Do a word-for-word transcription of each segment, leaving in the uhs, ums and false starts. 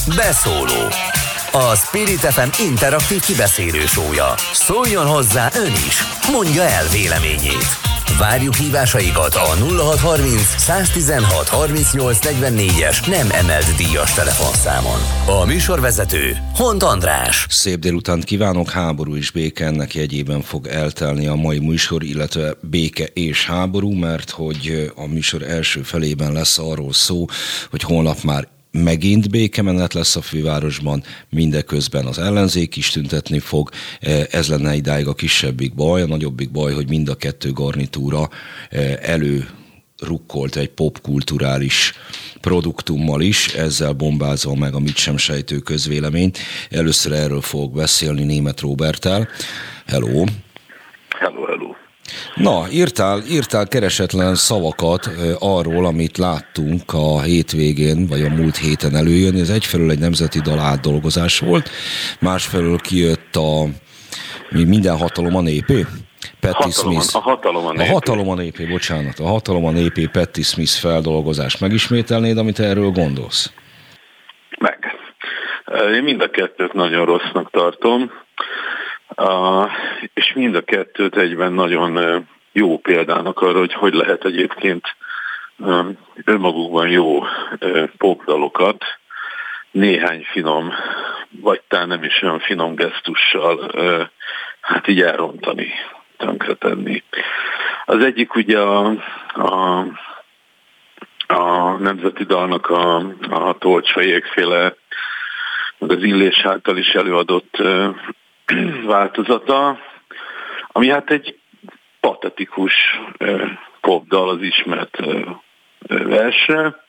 Beszóló. A Spirit ef em interaktív kibeszélő show-ja. Szóljon hozzá ön is, mondja el véleményét. Várjuk hívásaikat a nulla hat harminc száztizenhat harmincnyolc negyvennégyes nem emelt díjas telefonszámon. A műsorvezető Hont András. Szép délutánt kívánok, háború és béke, ennek jegyében fog eltelni a mai műsor, illetve béke és háború, mert hogy a műsor első felében lesz arról szó, hogy holnap már megint békemenet lesz a fővárosban, mindeközben az ellenzék is tüntetni fog. Ez lenne idáig a kisebbik baj, a nagyobbik baj, hogy mind a kettő garnitúra előrukkolt egy popkulturális produktummal is, ezzel bombázva meg a mit sem sejtő közvéleményt. Először erről fogok beszélni Németh Róberttel. Hello! Hello, hello! Na, írtál, írtál keresetlen szavakat e, arról, amit láttunk a hétvégén, vagy a múlt héten előjönni. Ez egyfelől egy nemzeti dal átdolgozás volt, másfelől kijött a mi minden hatalom a népé? Patti Smith. A hatalom a népé. A hatalom a népé, bocsánat. A hatalom a népé Patti Smith feldolgozást. Megismételnéd, amit erről gondolsz? Meg. Én mind a kettőt nagyon rossznak tartom. Uh, és mind a kettőt egyben nagyon uh, jó példának arra, hogy hogy lehet egyébként um, önmagukban jó uh, popdalokat néhány finom, vagy talán nem is olyan finom gesztussal uh, hát így elrontani, tönkretenni. Az egyik ugye a, a, a nemzeti dalnak a, a Tolcsai Jégféle, meg az Illés által is előadott uh, változata, ami hát egy patetikus uh, popdal az ismert uh, versre,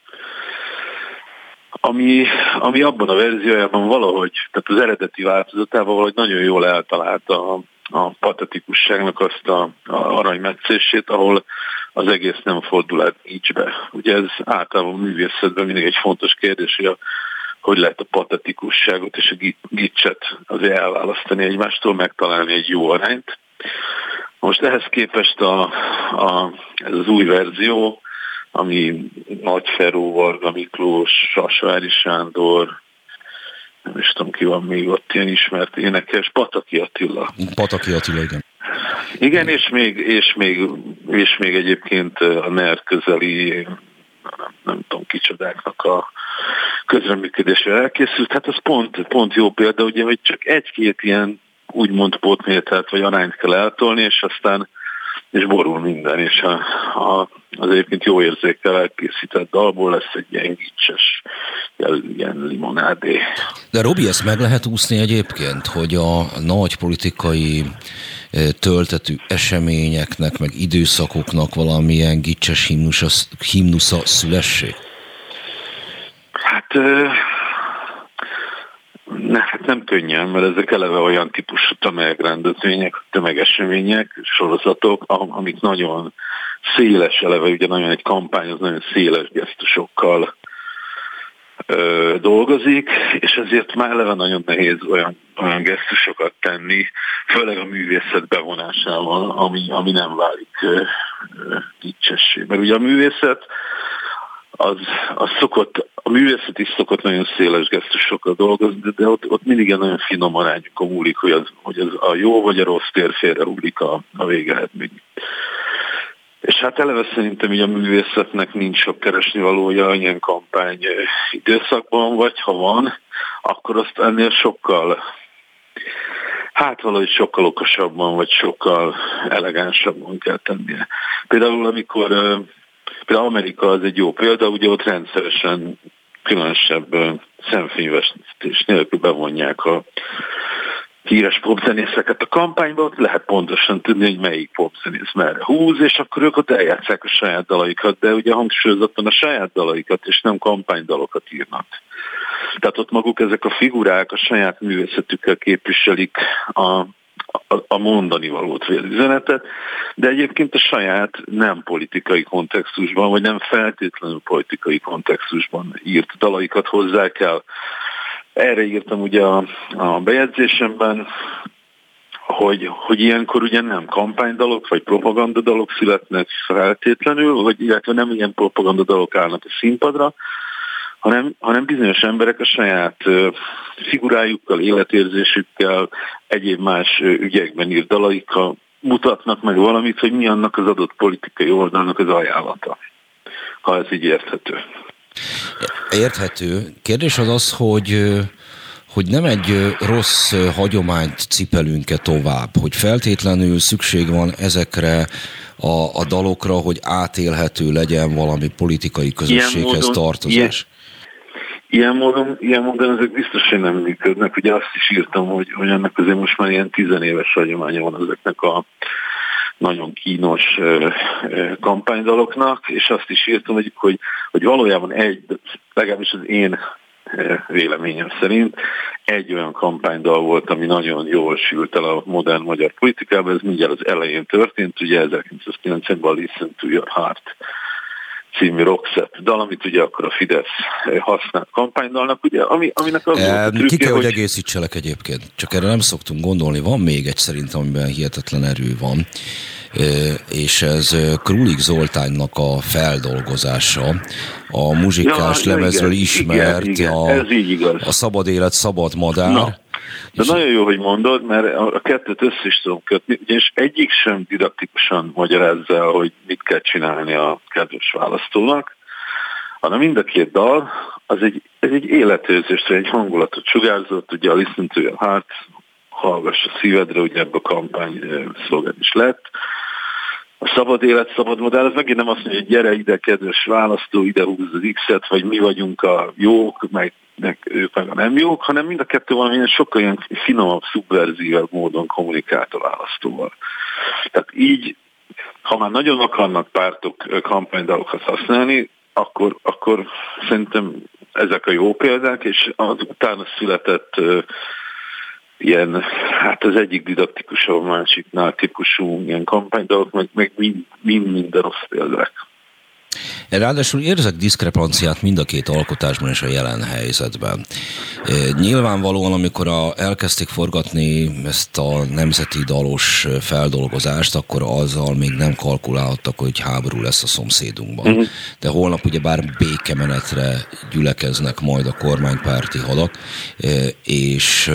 ami, ami abban a verziójában valahogy, tehát az eredeti változatában valahogy nagyon jól eltalálta a, a patetikusságnak azt a, a aranymetszését, ahol az egész nem fordul át nincsbe. Ugye ez általában művészetben mindig egy fontos kérdés, hogy a hogy lehet a patetikusságot és a gicset azért elválasztani egymástól, megtalálni egy jó arányt. Most ehhez képest a, a, ez az új verzió, ami Nagy Feró, Varga Miklós, Sasvári Sándor, nem is tudom ki van még ott ilyen ismert énekes, Pataki Attila. Pataki Attila, igen. Igen, és még, és még, és még egyébként a NER közeli, nem, nem tudom kicsodáknak a közreműködésre elkészült. Hát az pont, pont jó példa, ugye, hogy csak egy-két ilyen úgymond pótmétert vagy arányt kell eltolni, és aztán és borul minden, és a, a, az egyébként jó érzékkel elkészített dalból lesz egy ilyen gicses, ilyen limonádé. De Robi, ezt meg lehet úszni egyébként, hogy a nagy politikai töltetű eseményeknek, meg időszakoknak valamilyen gicses himnusza, himnusza szülessék? Hát, ne, hát nem könnyen, mert ezek eleve olyan típusú tömegrendezvények, tömegesemények, sorozatok, amik nagyon széles eleve, ugye nagyon egy kampány, az nagyon széles gesztusokkal ö, dolgozik, és ezért már eleve nagyon nehéz olyan, olyan gesztusokat tenni, főleg a művészet bevonásával, ami, ami nem válik ö, ö, gicsessé. Mert ugye a művészet Az, az szokott, a művészet is szokott nagyon széles gesztusokkal dolgozni, de, de ott, ott mindig egy nagyon finom arányokon múlik, hogy, az, hogy az a jó vagy a rossz tér félrehullik a, a végeredmény. És hát eleve szerintem így a művészetnek nincs sok keresnivalója ilyen kampány időszakban, vagy ha van, akkor azt ennél sokkal, hát valahogy sokkal okosabban, vagy sokkal elegánsabban kell tennie. Például amikor Például Amerika az egy jó példa, ugye ott rendszeresen különösebb szemfényvesztés nélkül bevonják a híres popzenészeket a kampányba, ott lehet pontosan tudni, hogy melyik popzenész merre húz, és akkor ők ott eljátszák a saját dalaikat, de ugye hangsúlyozottan a saját dalaikat, és nem kampánydalokat írnak. Tehát ott maguk ezek a figurák a saját művészetükkel képviselik a a mondani valót, vagy üzenetet, de egyébként a saját nem politikai kontextusban, vagy nem feltétlenül politikai kontextusban írt dalaikat hozzák el. Erre írtam ugye a, a bejegyzésemben, hogy, hogy ilyenkor ugye nem kampánydalok, vagy propagandadalok születnek feltétlenül, vagy illetve nem ilyen propagandadalok állnak a színpadra, hanem, hanem bizonyos emberek a saját figurájukkal, életérzésükkel, egyéb más ügyekben írt dalaikkal mutatnak meg valamit, hogy mi annak az adott politikai oldalnak az ajánlata, ha ez így érthető. Érthető. Kérdés az az, hogy, hogy nem egy rossz hagyományt cipelünk-e tovább, hogy feltétlenül szükség van ezekre a, a dalokra, hogy átélhető legyen valami politikai közösséghez tartozás. Ilyen, ilyen, módon, ilyen módon ezek biztos, hogy nem működnek. Ugye azt is írtam, hogy, hogy ennek azért most már ilyen tizenéves hagyománya van ezeknek a nagyon kínos kampánydaloknak, és azt is írtam, hogy, hogy, hogy valójában egy, legalábbis az én véleményem szerint egy olyan kampánydal volt, ami nagyon jól sült el a modern magyar politikában, ez mindjárt az elején történt, ugye ezerkilencszázkilencvenben a Listen to Your Heart című Roxette dal, amit ugye akkor a Fidesz használt kampánydalnak, ugye, ami, aminek az e, volt a trükkje, ki kell, hogy, hogy egészítselek egyébként, csak erre nem szoktunk gondolni, van még egy szerintem, amiben hihetetlen erő van, és ez Krulik Zoltánnak a feldolgozása, a muzsikás ja, lemezről igen, ismert, igen, igen, a, ez így igaz. A Szabad élet, szabad madár. Na, de és nagyon jó, hogy mondod, mert a kettőt össze is tudom kötni, ugyanis egyik sem didaktikusan magyarázza, hogy mit kell csinálni a kedves választónak, hanem mind a két dal, az egy, ez egy életőrzésre, egy hangulatot sugárzott, ugye a Listen to Your Heart, hallgass a szívedre, ugye ebben a kampány szlogen is lett. A szabad élet, szabad modell, ez megint nem azt mondja, hogy gyere ide, kedves választó, ide húzz az X-et, vagy mi vagyunk a jók, meg, meg ők meg a nem jók, hanem mind a kettő valamilyen sokkal ilyen finomabb, szubverzívebb módon kommunikált a választóval. Tehát így, ha már nagyon akarnak pártok kampánydalokat használni, akkor, akkor szerintem ezek a jó példák, és az utána született ilyen, hát az egyik didaktikusabb, a másiknál típusú ilyen kampánydalok, meg, meg mind, mind minden rossz példák. Ráadásul érzek diszkrepanciát mind a két alkotásban és a jelen helyzetben. Nyilvánvalóan, amikor a, elkezdték forgatni ezt a nemzeti dalos feldolgozást, akkor azzal még nem kalkulálhattak, hogy háború lesz a szomszédunkban. Uh-huh. De holnap ugyebár békemenetre gyülekeznek majd a kormánypárti halak, és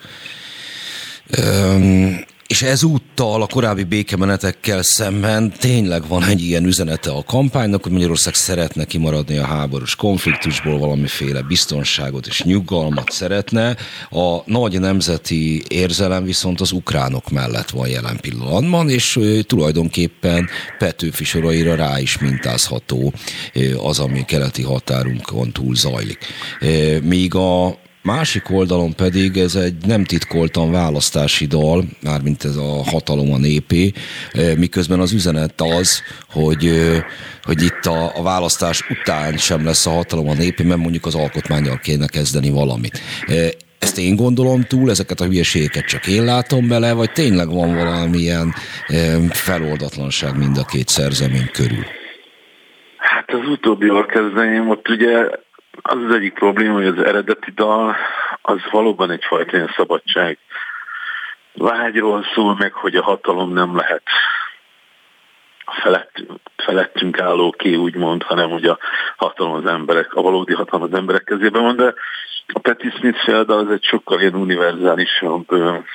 És ezúttal a korábbi békemenetekkel szemben tényleg van egy ilyen üzenete a kampánynak, hogy Magyarország szeretne kimaradni a háborús konfliktusból, valamiféle biztonságot és nyugalmat szeretne. A nagy nemzeti érzelem viszont az ukránok mellett van jelen pillanatban, és tulajdonképpen Petőfi soraira rá is mintázható az, ami keleti határunkon túl zajlik. Míg a másik oldalon pedig ez egy nem titkoltan választási dal, mármint ez a hatalom a népé, miközben az üzenet az, hogy, hogy itt a, a választás után sem lesz a hatalom a népé, mert mondjuk az alkotmánnyal kéne kezdeni valamit. Ezt én gondolom túl, ezeket a hülyeségeket csak én látom bele, vagy tényleg van valamilyen feloldatlanság mind a két szerzemény körül? Hát az utóbbival kezdeném, ott ugye az az egyik probléma, hogy az eredeti dal az valóban egyfajta ilyen szabadság vágyról szól meg, hogy a hatalom nem lehet felett, felettünk állóké, úgymond, hanem hogy a hatalom az emberek, a valódi hatalom az emberek kezében van, de a Patti Smith féle dal az egy sokkal ilyen univerzálisabb,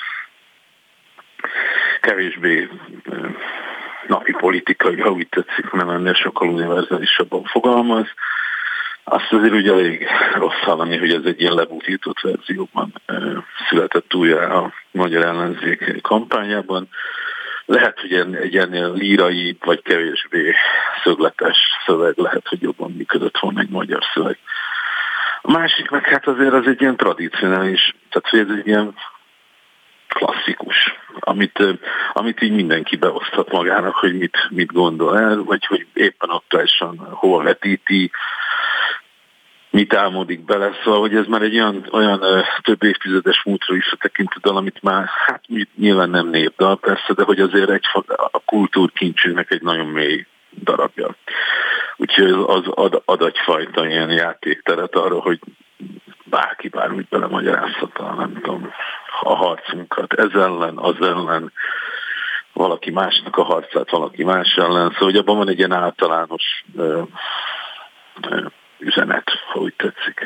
kevésbé napi politikai, ha úgy tetszik, hanem ennél sokkal univerzálisabban fogalmaz. Azt azért ugye elég rossz hallani, hogy ez egy ilyen lebutított verzióban született újra a magyar ellenzék kampányában. Lehet, hogy egy ennél lírai, vagy kevésbé szögletes szöveg, lehet, hogy jobban működött volna egy magyar szöveg. A másik meg hát azért az egy ilyen tradicionális, tehát hogy ez egy ilyen klasszikus, amit, amit így mindenki beoszthat magának, hogy mit, mit gondol el, vagy hogy éppen aktuálisan hol vetíti, mit álmodik bele, szóval, hogy ez már egy olyan, olyan ö, több évtizedes múltra visszatekintő dal, amit már, hát nyilván nem népdal persze, de hogy azért egy, a kultúrkincsének egy nagyon mély darabja. Úgyhogy az ad, ad egyfajta ilyen játékteret arra, hogy bárki bármit belemagyarázhat, nem tudom, a harcunkat ez ellen, az ellen, valaki másnak a harcát, valaki más ellen, szóval hogy abban van egy ilyen általános ö, ö, üzenet, ha úgy tetszik.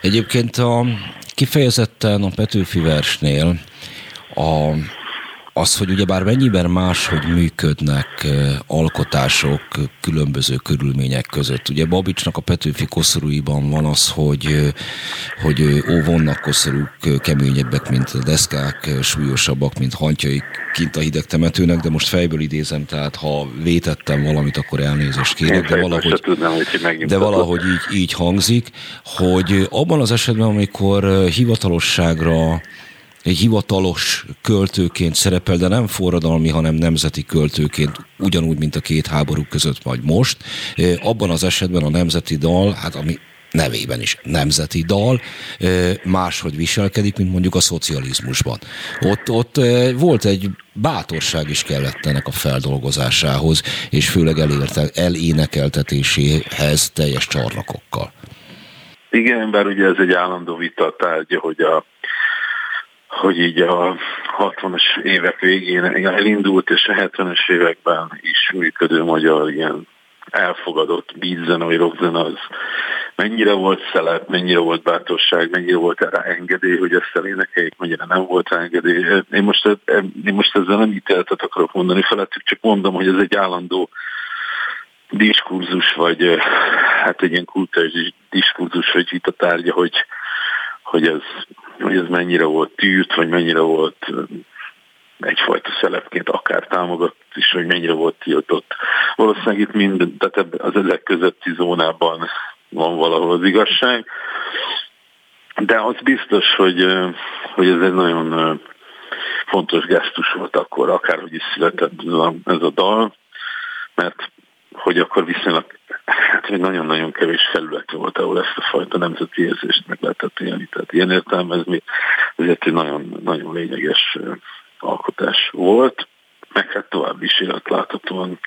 Egyébként a, kifejezetten a Petőfi versnél a, az, hogy ugyebár mennyiben máshogy működnek alkotások különböző körülmények között. Ugye Babicsnak a Petőfi koszorúiban van az, hogy, hogy ó, vannak koszorúk keményebbek, mint a deszkák, súlyosabbak, mint hantjai kint a hideg temetőnek, de most fejből idézem, tehát ha vétettem valamit, akkor elnézést kérek, de valahogy, tudnám, de valahogy így, így hangzik, hogy abban az esetben, amikor hivatalosságra egy hivatalos költőként szerepel, de nem forradalmi, hanem nemzeti költőként, ugyanúgy, mint a két háború között majd most. Abban az esetben a nemzeti dal, hát ami nevében is nemzeti dal, máshogy viselkedik, mint mondjuk a szocializmusban. Ott, ott volt egy bátorság is kellett ennek a feldolgozásához, és főleg elérte, elénekeltetéséhez teljes csarnokokkal. Igen, bár ugye ez egy állandó vita tárgya, hogy a hogy így a hatvanas évek végén elindult, és a hetvenes években is működő magyar ilyen elfogadott beatzene vagy rockzene az mennyire volt szelet, mennyire volt bátorság, mennyire volt rá engedély, hogy ezt elénekeljék, mennyire nem volt rá engedély. Én most, én most ezzel nem ítéletet akarok mondani felettük, csak mondom, hogy ez egy állandó diskurzus, vagy hát egy ilyen kulturális diskurzus, vagy vita tárgya, hogy, hogy ez hogy ez mennyire volt tűrt, vagy mennyire volt egyfajta szelepként akár támogatott is, vagy mennyire volt tiltott. Valószínűleg itt mind, tehát az ezek közötti zónában van valahol az igazság, de az biztos, hogy, hogy ez egy nagyon fontos gesztus volt akkor, akárhogy is született ez a, ez a dal, mert hogy akkor viszonylag hát, hogy nagyon-nagyon kevés felület volt, ahol ezt a fajta nemzeti érzést meg lehetett élni. Tehát ilyen értelmezni, ezért egy nagyon, nagyon lényeges alkotás volt, meg hát tovább is élet láthatóan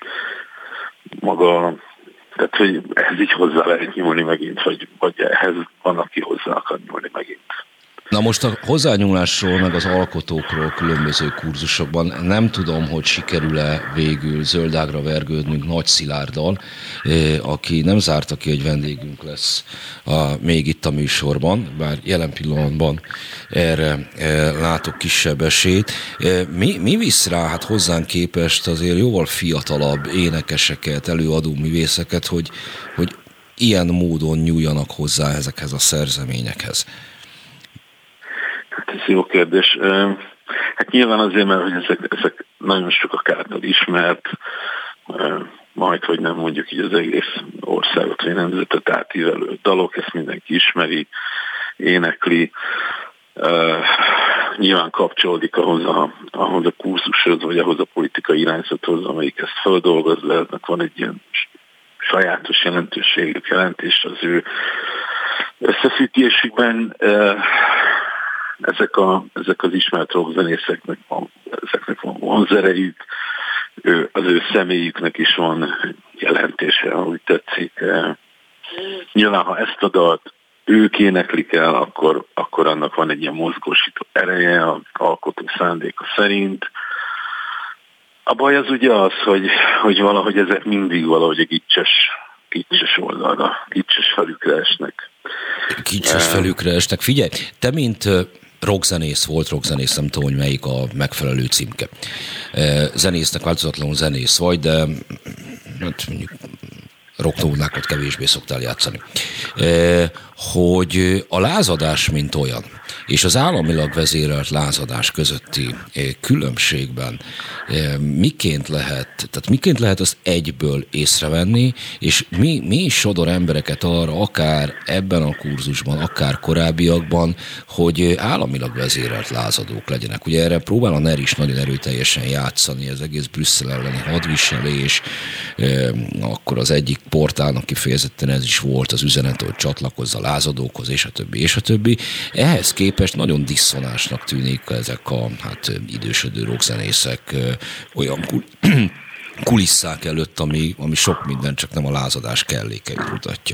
maga, tehát hogy ehhez így hozzá lehet nyúlni megint, vagy, vagy ehhez van, aki hozzá akar nyúlni megint. Na most a hozzányúlásról, meg az alkotókról különböző kurzusokban nem tudom, hogy sikerül-e végül zöldágra vergődnünk Nagy Szilárddal, aki nem zárta ki, hogy vendégünk lesz a, még itt a műsorban, bár jelen pillanatban erre látok kisebb esélyt. Mi, mi visz rá, hát hozzánk képest azért jóval fiatalabb énekeseket, előadó művészeket, hogy, hogy ilyen módon nyúljanak hozzá ezekhez a szerzeményekhez? Hát ez jó kérdés. Hát nyilván azért, mert hogy ezek, ezek nagyon sokak által ismert, majd, hogy nem mondjuk így az egész országot, vagy nemzetet átívelő dalok, ezt mindenki ismeri, énekli. Nyilván kapcsolódik ahhoz a, ahhoz a kurzushoz, vagy ahhoz a politikai irányzathoz, amelyik ezt feldolgozza, ennek van egy ilyen sajátos jelentőségük, jelentés az ő összefüggésükben. Ezek, a, ezek az ismert rockzenészeknek van, ezeknek van vonzerejük, az ő személyüknek is van jelentése, ahogy tetszik. Nyilván, ha ezt a dalt ők éneklik el, akkor, akkor annak van egy ilyen mozgósító ereje, az alkotó szándéka szerint. A baj az ugye az, hogy, hogy valahogy ezek mindig valahogy a gicses, gicses oldalra, gicses felükre esnek. Gicses felükre esnek. Figyelj, te mint rockzenész volt, rockzenész, nem tudom, hogy melyik a megfelelő címke. Zenésznek változatlanul zenész vagy, de hát mondjuk rocknónákat kevésbé szoktál játszani. Hogy a lázadás, mint olyan, és az államilag vezérelt lázadás közötti különbségben miként lehet, tehát miként lehet azt egyből észrevenni, és mi, mi is sodor embereket arra, akár ebben a kurzusban, akár korábbiakban, hogy államilag vezérelt lázadók legyenek. Ugye erre próbál a NER is nagyon erőteljesen játszani, az egész Brüsszel elleni hadviselés, akkor az egyik portálnak kifejezetten ez is volt az üzenet, hogy csatlakozz a lázadókhoz, és a többi, és a többi. Ehhez képest nagyon disszonásnak tűnik ezek a hát, idősödő rockzenészek olyan kulisszák előtt, ami, ami sok minden, csak nem a lázadás kellékeit mutatja.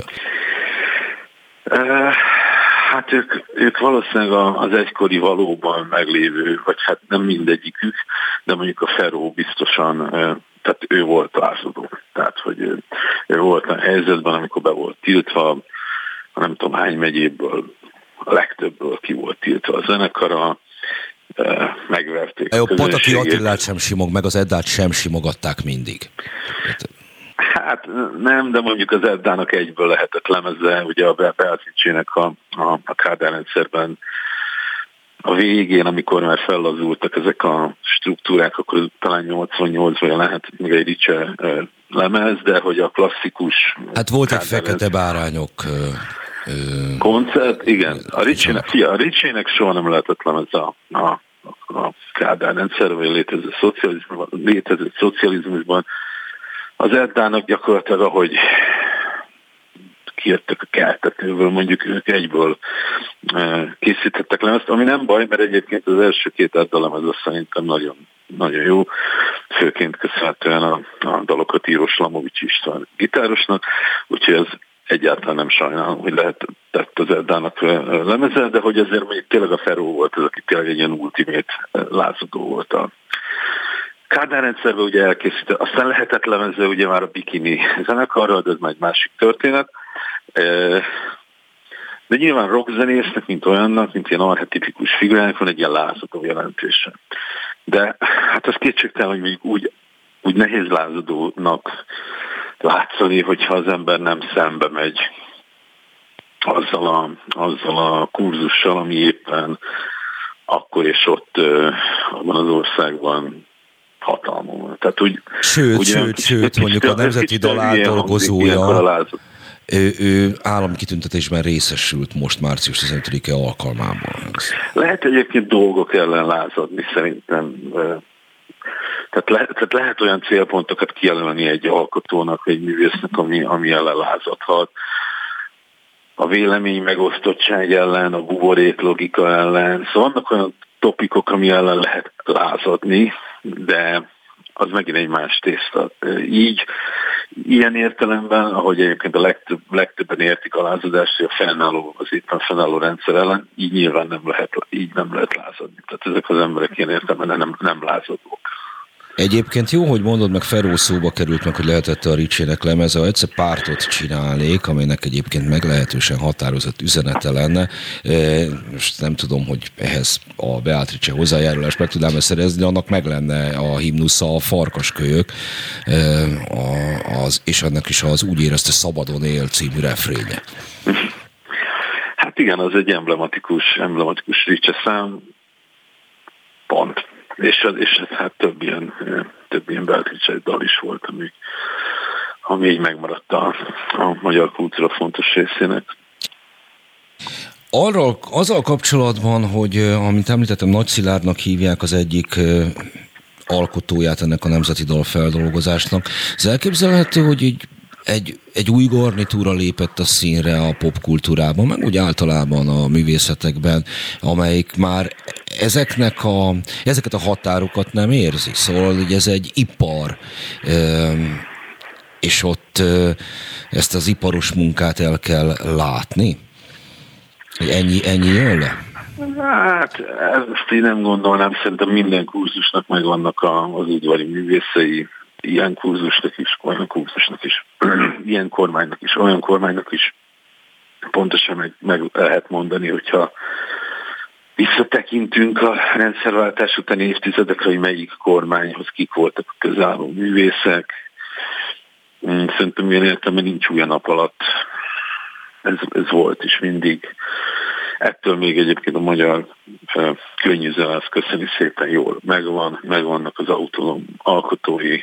Hát ők, ők valószínűleg az egykori valóban meglévő, vagy hát nem mindegyikük, de mondjuk a Feró biztosan, tehát ő volt lázadó. Tehát, hogy ő, ő volt a helyzetben, amikor be volt tiltva, nem tudom hány megyéből a legtöbbből ki volt tiltva a zenekara, megverték. A Pataki Attilát sem simog, meg az Eddát sem simogatták mindig. Hát nem, de mondjuk az Eddának egyből lehetett lemeze, ugye a Beatrice-nek a, a, a Kádár rendszerben a végén, amikor már fellazultak ezek a struktúrák, akkor talán nyolcvannyolcban lehet még egy Ricse lemez, de hogy a klasszikus... Hát volt egy Fekete bárányok... Ö, koncert, igen. A Ricsének, fia, a Ricsének soha nem lehetett lemez a, a, a Kádár rendszer, vagy létező szocializmusban, létező szocializmusban. Az Eddának gyakorlatilag, ahogy kijöttek a keltetőből, mondjuk ők egyből készítettek le azt, ami nem baj, mert egyébként az első két Edda lemez az szerintem nagyon, nagyon jó, főként köszönhetően a, a dalokat író Slamovics István gitárosnak, úgyhogy ez egyáltalán nem sajnálom, hogy lehetett az Eddának lemeze, de hogy ezért még tényleg a Feró volt az, aki tényleg egy ilyen ultimate lázadó volt a Kádár rendszerben ugye elkészített, aztán lehetett lemezve ugye már a Bikini zenekarral, de ez már egy másik történet. De nyilván rockzenésznek, mint olyannak, mint ilyen archetipikus figurának van egy ilyen lázadó jelentése. De hát az kétségtelen, hogy úgy, úgy nehéz lázadónak látszani, hogyha az ember nem szembe megy azzal a, azzal a kurzussal, ami éppen akkor és ott abban az országban hatalmon. Tehát úgy, sőt, ugye, sőt, kicsit, sőt, mondjuk a Nemzeti Dal átdolgozója, ő, ő állami kitüntetésben részesült most március tizenötödike alkalmában. Lehet egyébként dolgok ellen lázadni szerintem. Tehát, le, tehát lehet olyan célpontokat kijelölni egy alkotónak, egy művésznek, ami, ami ellen lázadhat. A vélemény megosztottság ellen, a buborék logika ellen. Szóval vannak olyan topikok, ami ellen lehet lázadni, de az megint egy más tészta. Így, ilyen értelemben, ahogy egyébként a legtöbb, legtöbben értik a lázadást, hogy a fennálló, az éppen fennálló rendszer ellen, így nyilván nem lehet, így nem lehet lázadni. Tehát ezek az emberek ilyen értelemben nem, nem lázadók. Egyébként jó, hogy mondod, meg Feró szóba került meg, hogy lehetett a Ricsének lemeze, ha egyszer pártot csinálnék, aminek egyébként meglehetősen határozott üzenete lenne. Most nem tudom, hogy ehhez a Beatrice hozzájárulást meg tudnám szerezni, annak meg lenne a himnusza, a Farkaskölyök, az, és annak is az Úgy érezte szabadon él című refrénye. Hát igen, az egy emblematikus, emblematikus Ricse szám, pont. És, és hát több ilyen, több ilyen Beatrice dal is volt, ami, ami így megmaradt a, a magyar kultúra fontos részének. Arra, azzal kapcsolatban, hogy amint említettem, Nagy Szilárdnak hívják az egyik alkotóját ennek a nemzeti dalfeldolgozásnak, ez elképzelhető, hogy így Egy, egy új garnitúra lépett a színre a popkultúrában, meg úgy általában a művészetekben, amelyik már ezeknek a, ezeket a határokat nem érzi. Szóval hogy ez egy ipar, és ott ezt az iparos munkát el kell látni. Ennyi, ennyi jön le? Hát ezt én nem gondolnám, szerintem minden kurzusnak megvannak az udvari művészei, ilyen kurzusnak is, olyan kurzusnak is, ilyen kormánynak is, olyan kormánynak is pontosan meg, meg lehet mondani, hogyha visszatekintünk a rendszerváltás utáni évtizedekre, hogy melyik kormányhoz kik voltak a közálló művészek. Szerintem ilyen értelme nincs új a nap alatt. Ez, ez volt is mindig. Ettől még egyébként a magyar könnyűzene, azt köszöni szépen jól megvan, megvannak az autonóm alkotói.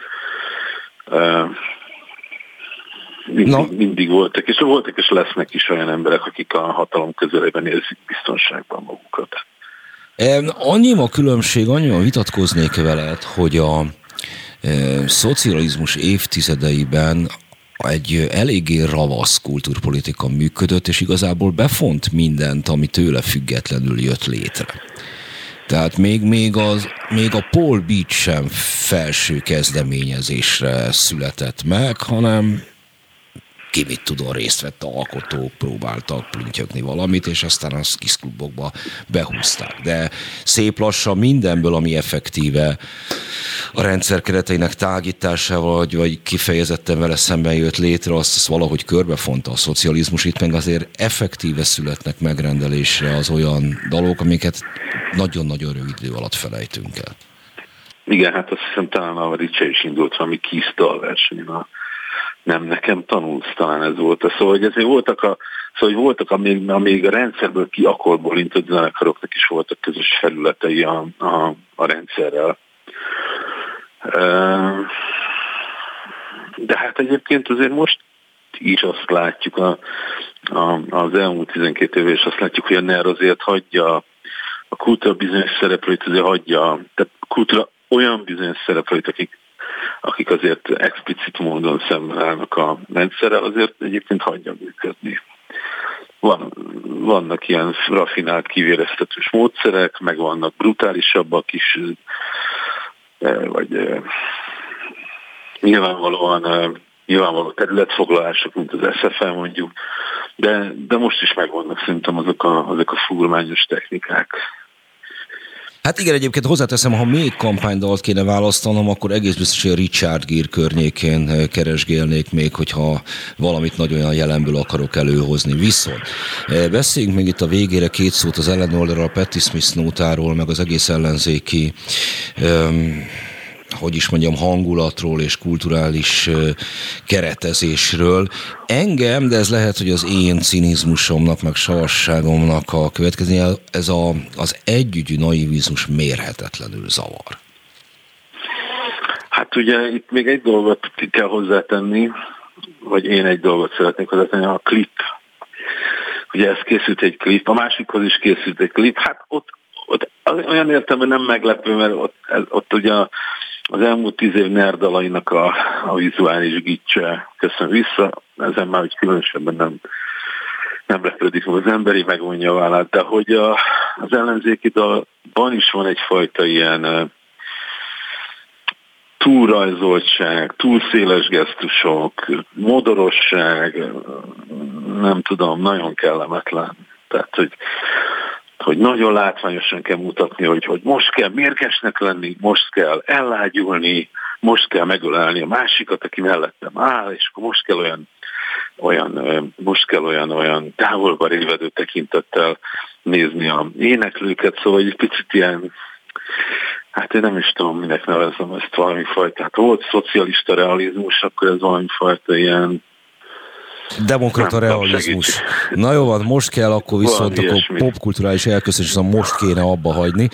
Mindig, mindig voltak, és voltak és lesznek is olyan emberek, akik a hatalom közelében érzik biztonságban magukat. Annyi a különbség, annyival vitatkoznék veled, hogy a e, szocializmus évtizedeiben egy eléggé ravasz kultúrpolitika működött, és igazából befont mindent, ami tőle függetlenül jött létre. Tehát még, még, az, még a Paul Beach sem felső kezdeményezésre született meg, hanem ki mit tudom, részt vett a alkotók, próbáltak prüntjökni valamit, és aztán azt kis klubokba behúzták. De szép lassan mindenből, ami effektíve a rendszer kereteinek tágításával, vagy, vagy kifejezetten vele szemben jött létre, azt, azt valahogy körbefonta a szocializmus. Itt meg azért effektíve születnek megrendelésre az olyan dalok, amiket nagyon-nagyon rövid idő alatt felejtünk el. Igen, hát azt hiszem talán a Ricse is indult valami Kisztal versenyen, a Nem nekem tanulsz, talán ez volt. Szóval, hogy ezért voltak a, szóval, hogy voltak, amíg, amíg a rendszerből ki akkorból intott zenekaroknak is voltak közös felületei a, a, a rendszerrel. De hát egyébként azért most is azt látjuk a, a, az elmúlt tizenkét év, és azt látjuk, hogy a NER azért hagyja a kultúra bizonyos szereplőit, azért hagyja, tehát a kultúra olyan bizonyos szereplőit, akik, akik azért explicit módon szemben állnak a rendszerrel, azért egyébként hagyja működni. Van, vannak ilyen rafinált, kivéreztetős módszerek, meg vannak brutálisabbak is, vagy nyilvánvalóan nyilvánvaló területfoglalások, mint az es ef el mondjuk, de, de most is megvannak szerintem azok a, azok a furmányos technikák. Hát igen, egyébként hozzáteszem, ha még kampánydalt kéne választanom, akkor egész biztos, hogy a Richard Gere környékén keresgélnék még, hogyha valamit nagyon jelenből akarok előhozni. Viszont beszéljünk még itt a végére két szót az ellenoldalról, a Patti Smith nótáról, meg az egész ellenzéki um, hogy is mondjam, hangulatról és kulturális keretezésről. Engem, de ez lehet, hogy az én cinizmusomnak, meg savasságomnak a következménye, ez a, az együgyű naivizmus mérhetetlenül zavar. Hát ugye itt még egy dolgot kell hozzátenni, vagy én egy dolgot szeretnék hozzátenni, a klip. Ugye ez készült egy klip, a másikhoz is készült egy klip, hát ott, ott olyan értelemben nem meglepő, mert ott, ott ugye az elmúlt tíz év nerdalainak a, a vizuális gicse köszön vissza, ezen már úgy különösebben nem, nem lepődik meg az emberi, megvonja a vállát, de hogy a, az ellenzéki dalban is van egyfajta ilyen uh, túlrajzoltság, túl széles gesztusok, modorosság, nem tudom, nagyon kellemetlen. Tehát, hogy hogy nagyon látványosan kell mutatni, hogy, hogy most kell mérgesnek lenni, most kell ellágyulni, most kell megölelni a másikat, aki mellettem áll, és akkor most kell olyan, olyan, most kell olyan, olyan távolba révedő tekintettel nézni a éneklőket, szóval egy picit ilyen, hát én nem is tudom, minek nevezem ezt valami fajta, hát volt szocialista realizmus, akkor ez valami fajta ilyen demokrata realizmus. Na jó van, most kell, akkor viszont akkor popkulturális elköszönés, most kéne abba hagyni.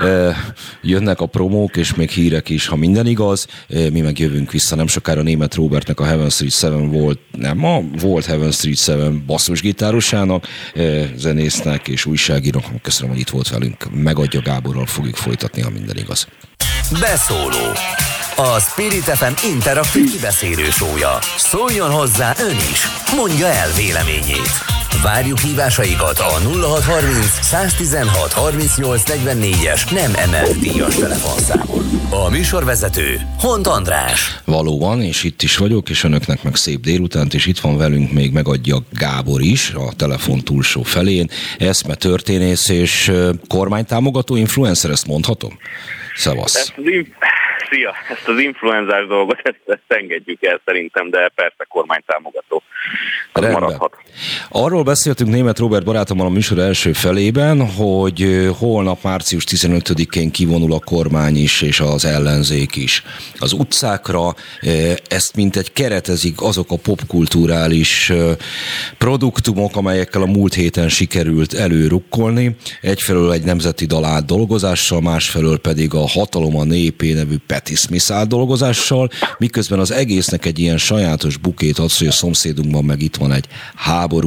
Jönnek a promók, és még hírek is, ha minden igaz. Mi meg jövünk vissza nem sokára. Németh Róbertnek a Heaven Street Seven volt, nem ma, volt Heaven Street Seven basszusgitárosának, zenésznek és újságírók. Köszönöm, hogy itt volt velünk. Megadja Gáborral fogjuk folytatni, ha minden igaz. Beszóló. A Spirit ef em interaktív kibeszélő show-ja. Szóljon hozzá ön is, mondja el véleményét. Várjuk hívásaikat a nulla hat harminc száztizenhat harmincnyolc negyvennégyes nem emelt díjas telefonszámon. A műsorvezető Hont András. Valóban, és itt is vagyok, és önöknek meg szép délutánt, és itt van velünk még Megadja Gábor is, a telefon túlsó felén, eszme történész és kormánytámogató influencer, ezt mondhatom? Szevasz. Szia, ezt az influenzás dolgot, ezt, ezt engedjük el szerintem, de persze kormánytámogató. Az maradhat. Arról beszéltünk Németh Róbert barátommal a műsor első felében, hogy holnap március tizenötödikén kivonul a kormány is, és az ellenzék is az utcákra. Ezt mintegy keretezik azok a popkulturális produktumok, amelyekkel a múlt héten sikerült előrukkolni. Egyfelől egy nemzeti dal átdolgozással, másfelől pedig a Hatalom a népé nevű Patti Smith átdolgozással, miközben az egésznek egy ilyen sajátos bukét adsz, hogy a szomszédunkban meg itt van egy háború.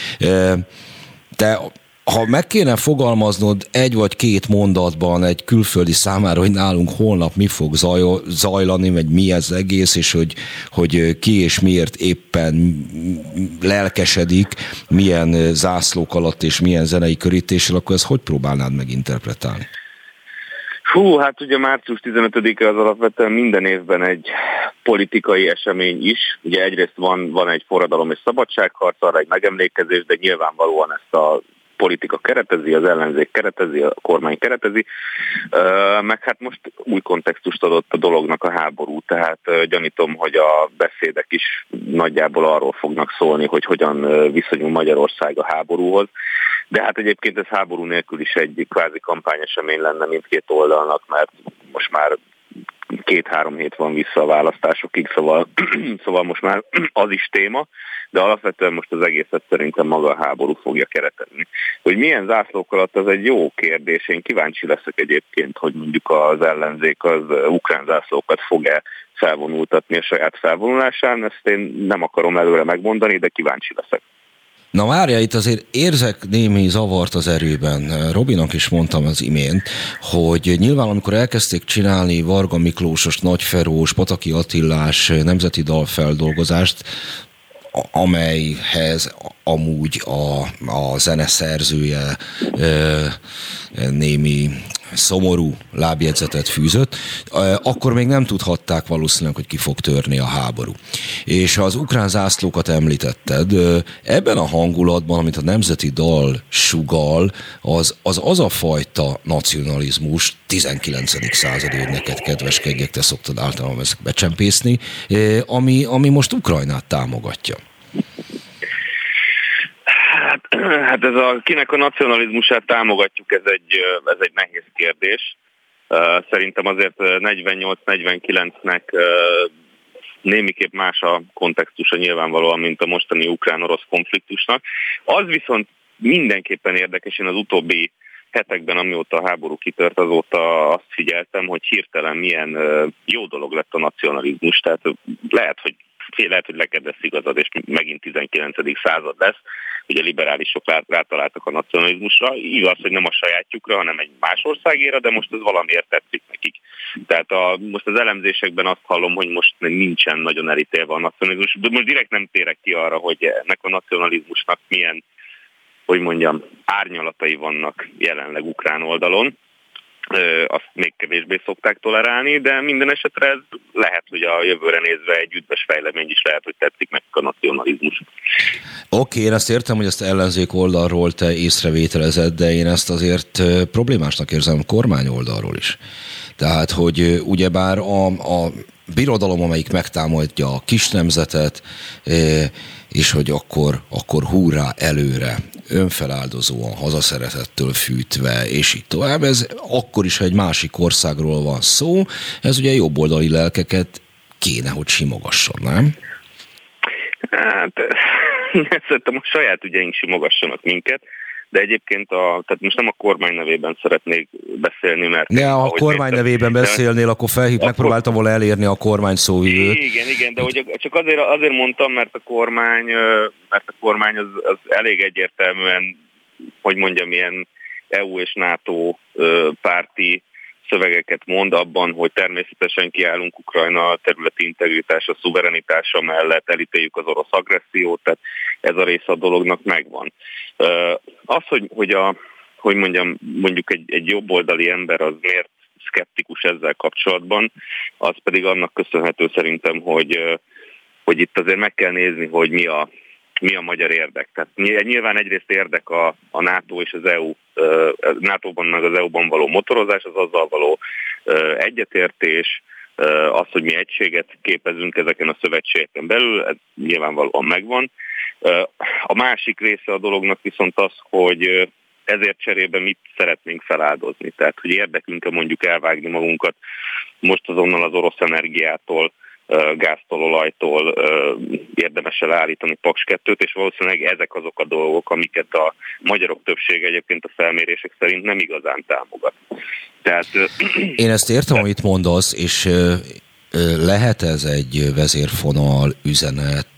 Te, ha meg kéne fogalmaznod egy vagy két mondatban egy külföldi számára, hogy nálunk holnap mi fog zajlani, vagy mi ez egész, és hogy, hogy ki és miért éppen lelkesedik, milyen zászlók alatt és milyen zenei körítéssel, akkor ezt hogy próbálnád meginterpretálni? Hú, hát ugye március tizenötödike az alapvetően minden évben egy politikai esemény is. Ugye egyrészt van, van egy forradalom és szabadságharc, arra egy megemlékezés, de nyilvánvalóan ezt a politika keretezi, az ellenzék keretezi, a kormány keretezi, meg hát most új kontextust adott a dolognak a háború, tehát gyanítom, hogy a beszédek is nagyjából arról fognak szólni, hogy hogyan viszonyul Magyarország a háborúhoz, de hát egyébként ez háború nélkül is egy kvázi kampányesemény lenne mindkét oldalnak, mert most már két-három hét van vissza a választásokig, szóval, szóval most már az is téma, de alapvetően most az egészet szerintem maga a háború fogja keretezni. Hogy milyen zászlók alatt, az egy jó kérdés. Én kíváncsi leszek egyébként, hogy mondjuk az ellenzék az ukrán zászlókat fog-e felvonultatni a saját felvonulásán. Ezt én nem akarom előre megmondani, de kíváncsi leszek. Na várja, itt azért érzek némi zavart az erőben. Robinak is mondtam az imént, hogy nyilván amikor elkezdték csinálni Varga Miklósos, Nagyferós, Pataki Attilás nemzeti dalfeldolgozást, amelyhez amúgy a, a zeneszerzője e, némi szomorú lábjegyzetet fűzött, e, akkor még nem tudhatták valószínűleg, hogy ki fog törni a háború. És az ukrán zászlókat említetted, ebben a hangulatban, amit a nemzeti dal sugall, az az, az a fajta nacionalizmus, tizenkilencedik századi, hogy neked kedveskedjek, te szoktad általában ezt becsempészni, ami, ami most Ukrajnát támogatja. Hát, hát ez a, kinek a nacionalizmusát támogatjuk, ez egy, ez egy nehéz kérdés. Szerintem azért negyvennyolc-negyvenkilencnek némiképp más a kontextusa nyilvánvalóan, mint a mostani ukrán-orosz konfliktusnak. Az viszont mindenképpen érdekes, én az utóbbi hetekben, amióta a háború kitört, azóta azt figyeltem, hogy hirtelen milyen jó dolog lett a nacionalizmus. Tehát lehet, hogy lehet, hogy neked lesz igazad, és megint tizenkilencedik század lesz, ugye liberálisok rátaláltak a nacionalizmusra. Igaz, hogy nem a sajátjukra, hanem egy más országéra, de most ez valamiért tetszik nekik. Tehát a, most az elemzésekben azt hallom, hogy most nincsen nagyon elítélve a nacionalizmus. De most direkt nem térek ki arra, hogy ennek a nacionalizmusnak milyen, hogy mondjam, árnyalatai vannak jelenleg ukrán oldalon. Azt még kevésbé szokták tolerálni, de minden esetre ez lehet, hogy a jövőre nézve egy üdvös fejlemény is lehet, hogy tetszik nekik a nacionalizmus. Oké, okay, én ezt értem, hogy ezt ellenzék oldalról te észrevételezed, de én ezt azért problémásnak érzem kormány oldalról is. Tehát, hogy ugyebár a, a birodalom, amelyik megtámadja a kis nemzetet, és hogy akkor, akkor hurrá előre, önfeláldozóan, hazaszeretettől fűtve, és így tovább. Ez akkor is, ha egy másik országról van szó, ez ugye jobboldali lelkeket kéne, hogy simogasson, nem? Hát, szerintem a saját ügyeink simogassanak minket, de egyébként a, tehát most nem a kormány nevében szeretnék beszélni, mert... Ne, ha a kormány néztem, nevében beszélnél, de, akkor felhív, akkor... megpróbáltam volna elérni a kormány szóvivőt. Igen, igen, de hogy csak azért, azért mondtam, mert a kormány, mert a kormány az, az elég egyértelműen, hogy mondjam, ilyen é u és NATO párti szövegeket mond abban, hogy természetesen kiállunk Ukrajna területi integritása, szuverenitása mellett, elítéljük az orosz agressziót, tehát ez a része a dolognak megvan. Az, hogy, hogy, a, hogy mondjam, mondjuk egy, egy jobboldali ember az miért szkeptikus ezzel kapcsolatban, az pedig annak köszönhető szerintem, hogy, hogy itt azért meg kell nézni, hogy mi a mi a magyar érdek. Tehát nyilván egyrészt érdek a, a NATO és az é u, a nátóban meg az é u-ban való motorozás, az azzal való egyetértés, az, hogy mi egységet képezünk ezeken a szövetségeken belül, ez nyilvánvalóan megvan. A másik része a dolognak viszont az, hogy ezért cserébe mit szeretnénk feláldozni. Tehát, hogy érdekünk-e mondjuk elvágni magunkat most azonnal az orosz energiától, gáztól, olajtól érdemes elállítani Paks kettőt, és valószínűleg ezek azok a dolgok, amiket a magyarok többsége egyébként a felmérések szerint nem igazán támogat. Tehát, én ezt értem, de... amit mondasz, és lehet ez egy vezérfonal, üzenet,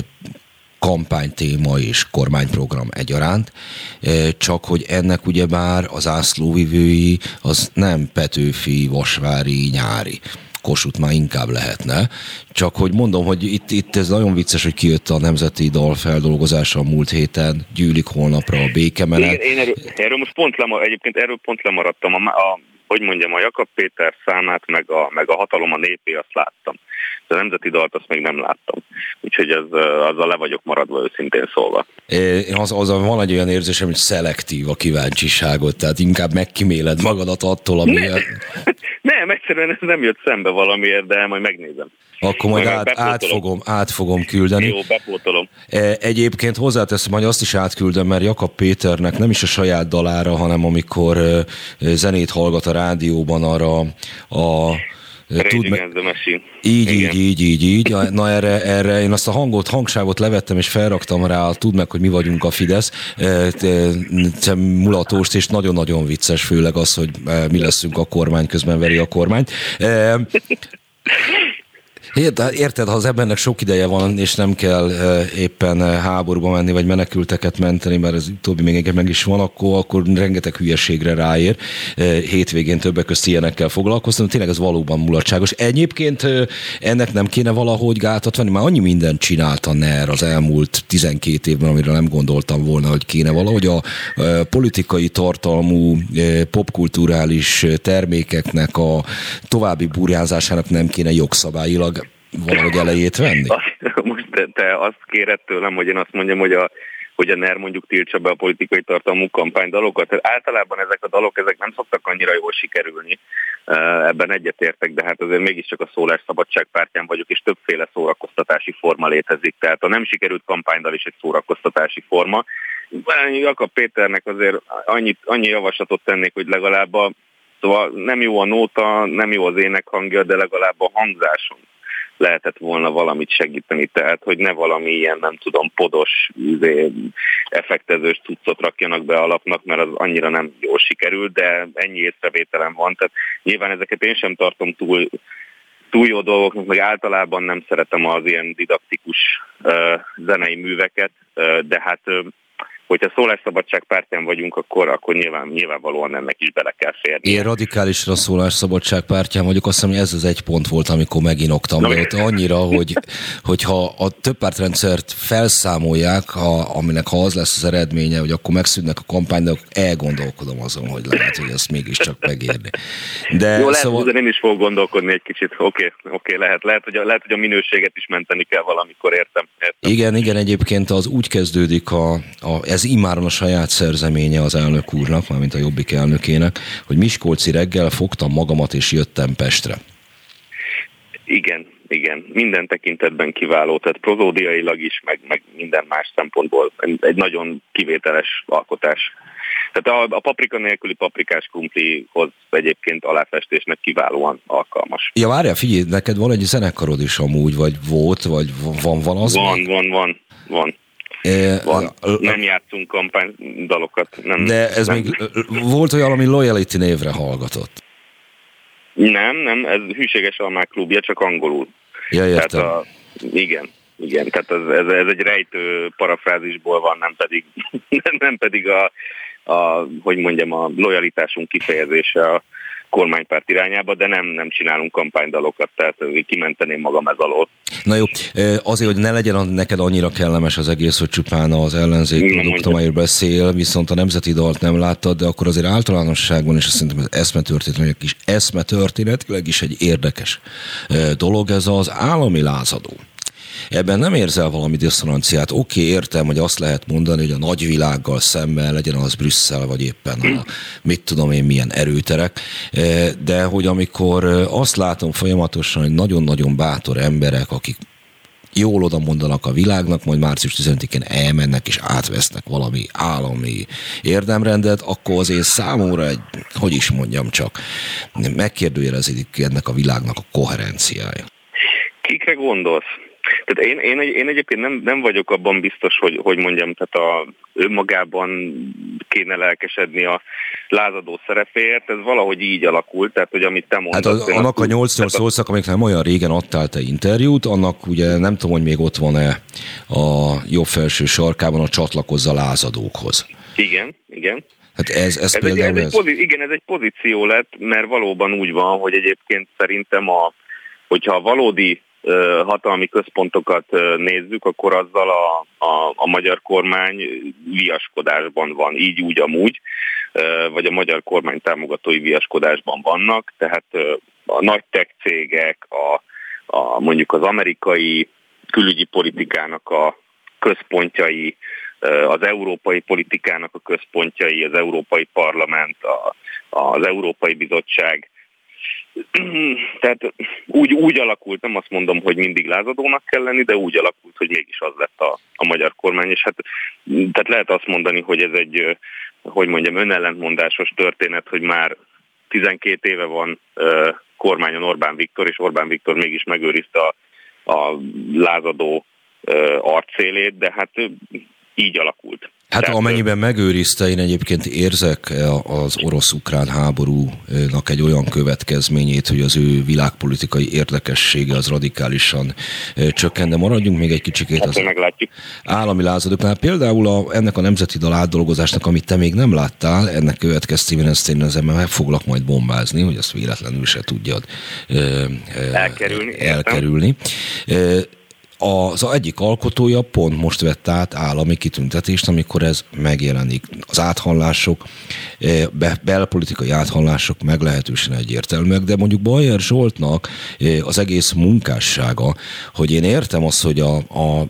kampánytéma és kormányprogram egyaránt, csak hogy ennek ugyebár az zászlóvivői az nem Petőfi, Vasvári, Nyári. Kossuth már inkább lehetne. Csak hogy mondom, hogy itt, itt ez nagyon vicces, hogy kijött a nemzeti dal feldolgozása a múlt héten, gyűlik holnapra a békemenet. Igen, én erről, erről most pont lemar, egyébként erről pont lemaradtam. A, a, hogy mondjam, a Jakab Péter számát, meg a, meg a Hatalom a népé, azt láttam. De a Nemzeti Dalt azt még nem láttam. Úgyhogy ez, azzal le vagyok maradva, őszintén szólva. É, az, az van egy olyan érzésem, hogy szelektív a kíváncsiságot, tehát inkább megkíméled magadat attól, ami... Ne, nem, egyszerűen ez nem jött szembe valamiért, de majd megnézem. Akkor majd, majd át, át, fogom, át fogom küldeni. Jó, bepótolom. Egyébként hozzáteszem, hogy azt is átküldöm, mert Jakab Péternek nem is a saját dalára, hanem amikor zenét hallgat a rádióban arra a... Tud, me- így, így, így, így, így. Na erre, erre én azt a hangot, hangsávot levettem és felraktam rá, tudd meg, hogy mi vagyunk a Fidesz, mulatóst, és nagyon-nagyon vicces, főleg az, hogy mi leszünk a kormány, közben veri a kormányt. Érted, ha az embernek sok ideje van, és nem kell éppen háborúba menni, vagy menekülteket menteni, mert ez utóbbi még meg is van, akkor, akkor rengeteg hülyeségre ráér. Hétvégén többek közt ilyenekkel foglalkoztam, tényleg ez valóban mulatságos. Egyébként ennek nem kéne valahogy gátat venni? Már annyi mindent csinált a NER az elmúlt tizenkét évben, amire nem gondoltam volna, hogy kéne valahogy a politikai tartalmú, popkulturális termékeknek a további burjánzásának nem kéne jogszabályilag valahogy elejét venni? Most te, te azt kéred tőlem, hogy én azt mondjam, hogy a, hogy a NER mondjuk tiltsa be a politikai tartalmú kampánydalokat. Tehát általában ezek a dalok ezek nem szoktak annyira jól sikerülni. Ebben egyetértek, de hát azért mégiscsak a szólásszabadság pártján vagyok, és többféle szórakoztatási forma létezik. Tehát a nem sikerült kampánydal is egy szórakoztatási forma. Jakab Péternek azért annyit, annyi javaslatot tennék, hogy legalább a, szóval nem jó a nóta, nem jó az énekhangja, de legalább a hangzáson lehetett volna valamit segíteni, tehát hogy ne valami ilyen, nem tudom, podos, effektezős cuccot rakjanak be alapnak, mert az annyira nem jól sikerült, de ennyi észrevételem van, tehát nyilván ezeket én sem tartom túl, túl jó dolgoknak, meg általában nem szeretem az ilyen didaktikus uh, zenei műveket, uh, de hát uh, hogyha szólásszabadság pártján vagyunk, akkor, akkor nyilván, nyilvánvalóan ennek is bele kell férni. Én radikálisra szólásszabadság pártján vagyok, azt hiszem, hogy ez az egy pont volt, amikor meginoktam. De ott annyira, hogy, hogyha a többpártrendszert felszámolják, ha, aminek ha az lesz az eredménye, hogy akkor megszűnnek a kampány, de elgondolkodom azon, hogy lehet, hogy ezt mégiscsak megérni. De jó, lehet, szóval... de én is fogok gondolkodni egy kicsit. Oké, okay, okay, lehet. Lehet hogy, a, lehet, hogy a minőséget is menteni kell valamikor, értem. értem. Igen, igen, egyébként az úgy kezdődik a, a ez immáron a saját szerzeménye az elnök úrnak, mármint a Jobbik elnökének, hogy miskolci reggel fogtam magamat és jöttem Pestre. Igen, igen. Minden tekintetben kiváló, tehát prozódiailag is, meg, meg minden más szempontból. Egy nagyon kivételes alkotás. Tehát a, a paprika nélküli paprikás krumplihoz egyébként aláfestésnek kiválóan alkalmas. Ja, várjál, figyelj, neked van egy zenekarod is amúgy, vagy volt, vagy van, van az? Van, még? van, van, van. E, van. Nem játszunk kampánydalokat. Nem, de ez nem. még volt olyan, ami Loyalty névre hallgatott? Nem, nem, ez Hűséges Almák klubja, csak angolul. Ja, értem. Tehát a, igen, igen, tehát ez, ez, ez egy rejtő parafrázisból van, nem pedig, nem pedig a, a, hogy mondjam, a lojalitásunk kifejezése a kormánypárt irányába, de nem, nem csinálunk kampánydalokat, tehát kimenteném magam ez alól. Na jó, azért, hogy ne legyen neked annyira kellemes az egész, hogy csupán az ellenzék produktumáért beszél, viszont a Nemzeti Dalt nem láttad, de akkor azért általánosságban, és azt szerintem ez eszmetörténetileg is, eszmetörténetileg is egy érdekes dolog, ez az állami lázadó. Ebben nem érzel valami diszonanciát. Oké, okay, értem, hogy azt lehet mondani, hogy a nagyvilággal szemben legyen az Brüsszel, vagy éppen a mit tudom én milyen erőterek, de hogy amikor azt látom folyamatosan, hogy nagyon-nagyon bátor emberek, akik jól oda mondanak a világnak, majd március tizenötödikén elmennek és átvesznek valami állami érdemrendet, akkor azért számomra egy, hogy is mondjam csak, megkérdőjelezik ennek a világnak a koherenciája. Kikre gondolsz? Tehát én, én, én egyébként nem, nem vagyok abban biztos, hogy, hogy mondjam, tehát a, önmagában kéne lelkesedni a lázadó szerepéért, ez valahogy így alakult, tehát hogy amit te mondasz... Hát az, annak a nyolc-nyolc ország, amik nem olyan régen adtál te interjút, annak ugye nem tudom, hogy még ott van-e a jobb felső sarkában a csatlakozza lázadókhoz. Igen, igen. Hát ez, ez, ez, egy, ez, egy pozí- igen, ez egy pozíció lett, mert valóban úgy van, hogy egyébként szerintem, a, hogyha a valódi hatalmi központokat nézzük, akkor azzal a, a, a magyar kormány viaskodásban van, így úgy amúgy, vagy vagy a magyar kormány támogatói viaskodásban vannak, tehát a nagy tech cégek, a, a, mondjuk az amerikai külügyi politikának a központjai, az európai politikának a központjai, az Európai Parlament, a, az Európai Bizottság. Tehát úgy, úgy alakult, nem azt mondom, hogy mindig lázadónak kell lenni, de úgy alakult, hogy mégis az lett a, a magyar kormány, és hát tehát lehet azt mondani, hogy ez egy, hogy mondjam, önellentmondásos történet, hogy már tizenkét éve van uh, kormányon Orbán Viktor, és Orbán Viktor mégis megőrizte a, a lázadó uh, arcélét, de hát uh, így alakult. Hát Tehát, amennyiben megőrizte, én egyébként érzek az orosz-ukrán háborúnak egy olyan következményét, hogy az ő világpolitikai érdekessége az radikálisan csökken, de maradjunk még egy kicsikét hát, az meglátjuk. Állami lázadóknál. Például a, ennek a nemzeti dal átdolgozásnak, amit te még nem láttál, ennek következtében ezt én ezzel meg foglak majd bombázni, hogy ezt véletlenül se tudjad ö, elkerülni. elkerülni. Ö, Az egyik alkotója pont most vett át állami kitüntetést, amikor ez megjelenik. Az áthallások, be, belpolitikai áthallások meglehetősen egyértelműek, de mondjuk Bajer Zsoltnak az egész munkássága, hogy én értem azt, hogy a, a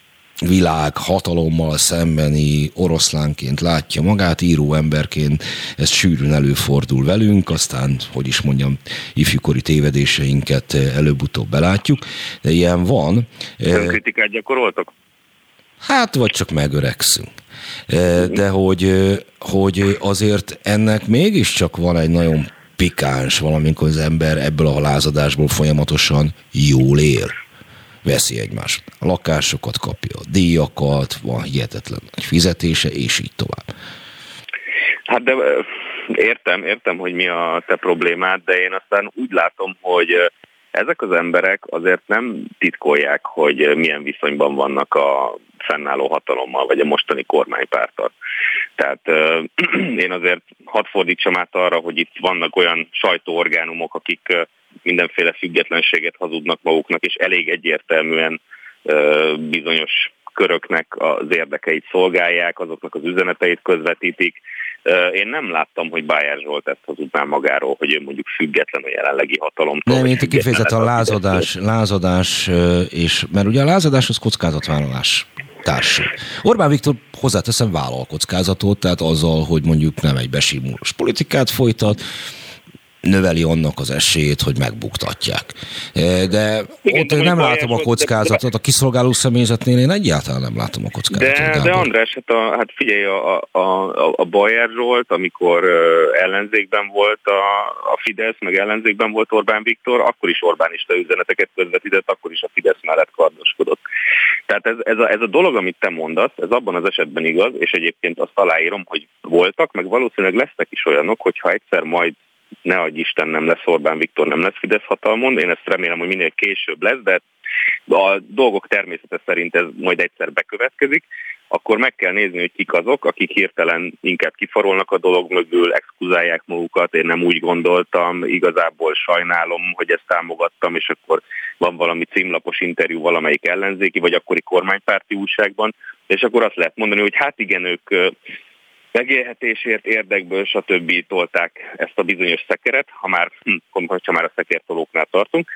világ hatalommal szembeni oroszlánként látja magát, író emberként ez sűrűn előfordul velünk, aztán, hogy is mondjam, ifjúkori tévedéseinket előbb-utóbb belátjuk, de ilyen van. Önkritikát gyakoroltak? Hát, vagy csak megöregszünk. De hogy, hogy azért ennek mégiscsak van egy nagyon pikáns valamikor az ember ebből a lázadásból folyamatosan jól él. Veszi egymást. A lakásokat kapja, a díjakat, van hihetetlen nagy fizetése, és így tovább. Hát de értem, értem, hogy mi a te problémád, de én aztán úgy látom, hogy ezek az emberek azért nem titkolják, hogy milyen viszonyban vannak a fennálló hatalommal, vagy a mostani kormánypárttal. Tehát euh, én azért hadd fordítsam át arra, hogy itt vannak olyan sajtóorgánumok, akik mindenféle függetlenséget hazudnak maguknak, és elég egyértelműen uh, bizonyos köröknek az érdekeit szolgálják, azoknak az üzeneteit közvetítik. Uh, én nem láttam, hogy Bajer Zsolt ezt hazudná magáról, hogy ő mondjuk független a jelenlegi hatalomtól. Nem, mint kifejezetten a lázadás, lázadás, és, mert ugye a lázadás az kockázatvállalás társul. Orbán Viktor, hozzáteszem, vállal kockázatot, tehát azzal, hogy mondjuk nem egy besimulós politikát folytat, növeli annak az esélyét, hogy megbuktatják. De igen, ott nem látom a kockázatot, a kiszolgáló személyzetnél én egyáltalán nem látom a kockázatot. De, de András, hát, a, hát figyelj, a, a, a, a Bajer Zsolt, amikor uh, ellenzékben volt a, a Fidesz, meg ellenzékben volt Orbán Viktor, akkor is Orbánista üzeneteket közvetített, akkor is a Fidesz mellett kardoskodott. Tehát ez, ez, a, ez a dolog, amit te mondasz, ez abban az esetben igaz, és egyébként azt aláírom, hogy voltak, meg valószínűleg lesznek is olyanok, hogyha egyszer majd ne adj Isten, nem lesz Orbán Viktor, nem lesz Fidesz hatalmon. Én ezt remélem, hogy minél később lesz, de a dolgok természete szerint ez majd egyszer bekövetkezik, akkor meg kell nézni, hogy kik azok, akik hirtelen inkább kifarolnak a dolog mögül, exkuzálják magukat, én nem úgy gondoltam, igazából sajnálom, hogy ezt támogattam, és akkor van valami címlapos interjú valamelyik ellenzéki, vagy akkori kormánypárti újságban, és akkor azt lehet mondani, hogy hát igen, ők megélhetésért, érdekből, stb. Tolták ezt a bizonyos szekeret, ha már, hm, ha már a szekertolóknál tartunk,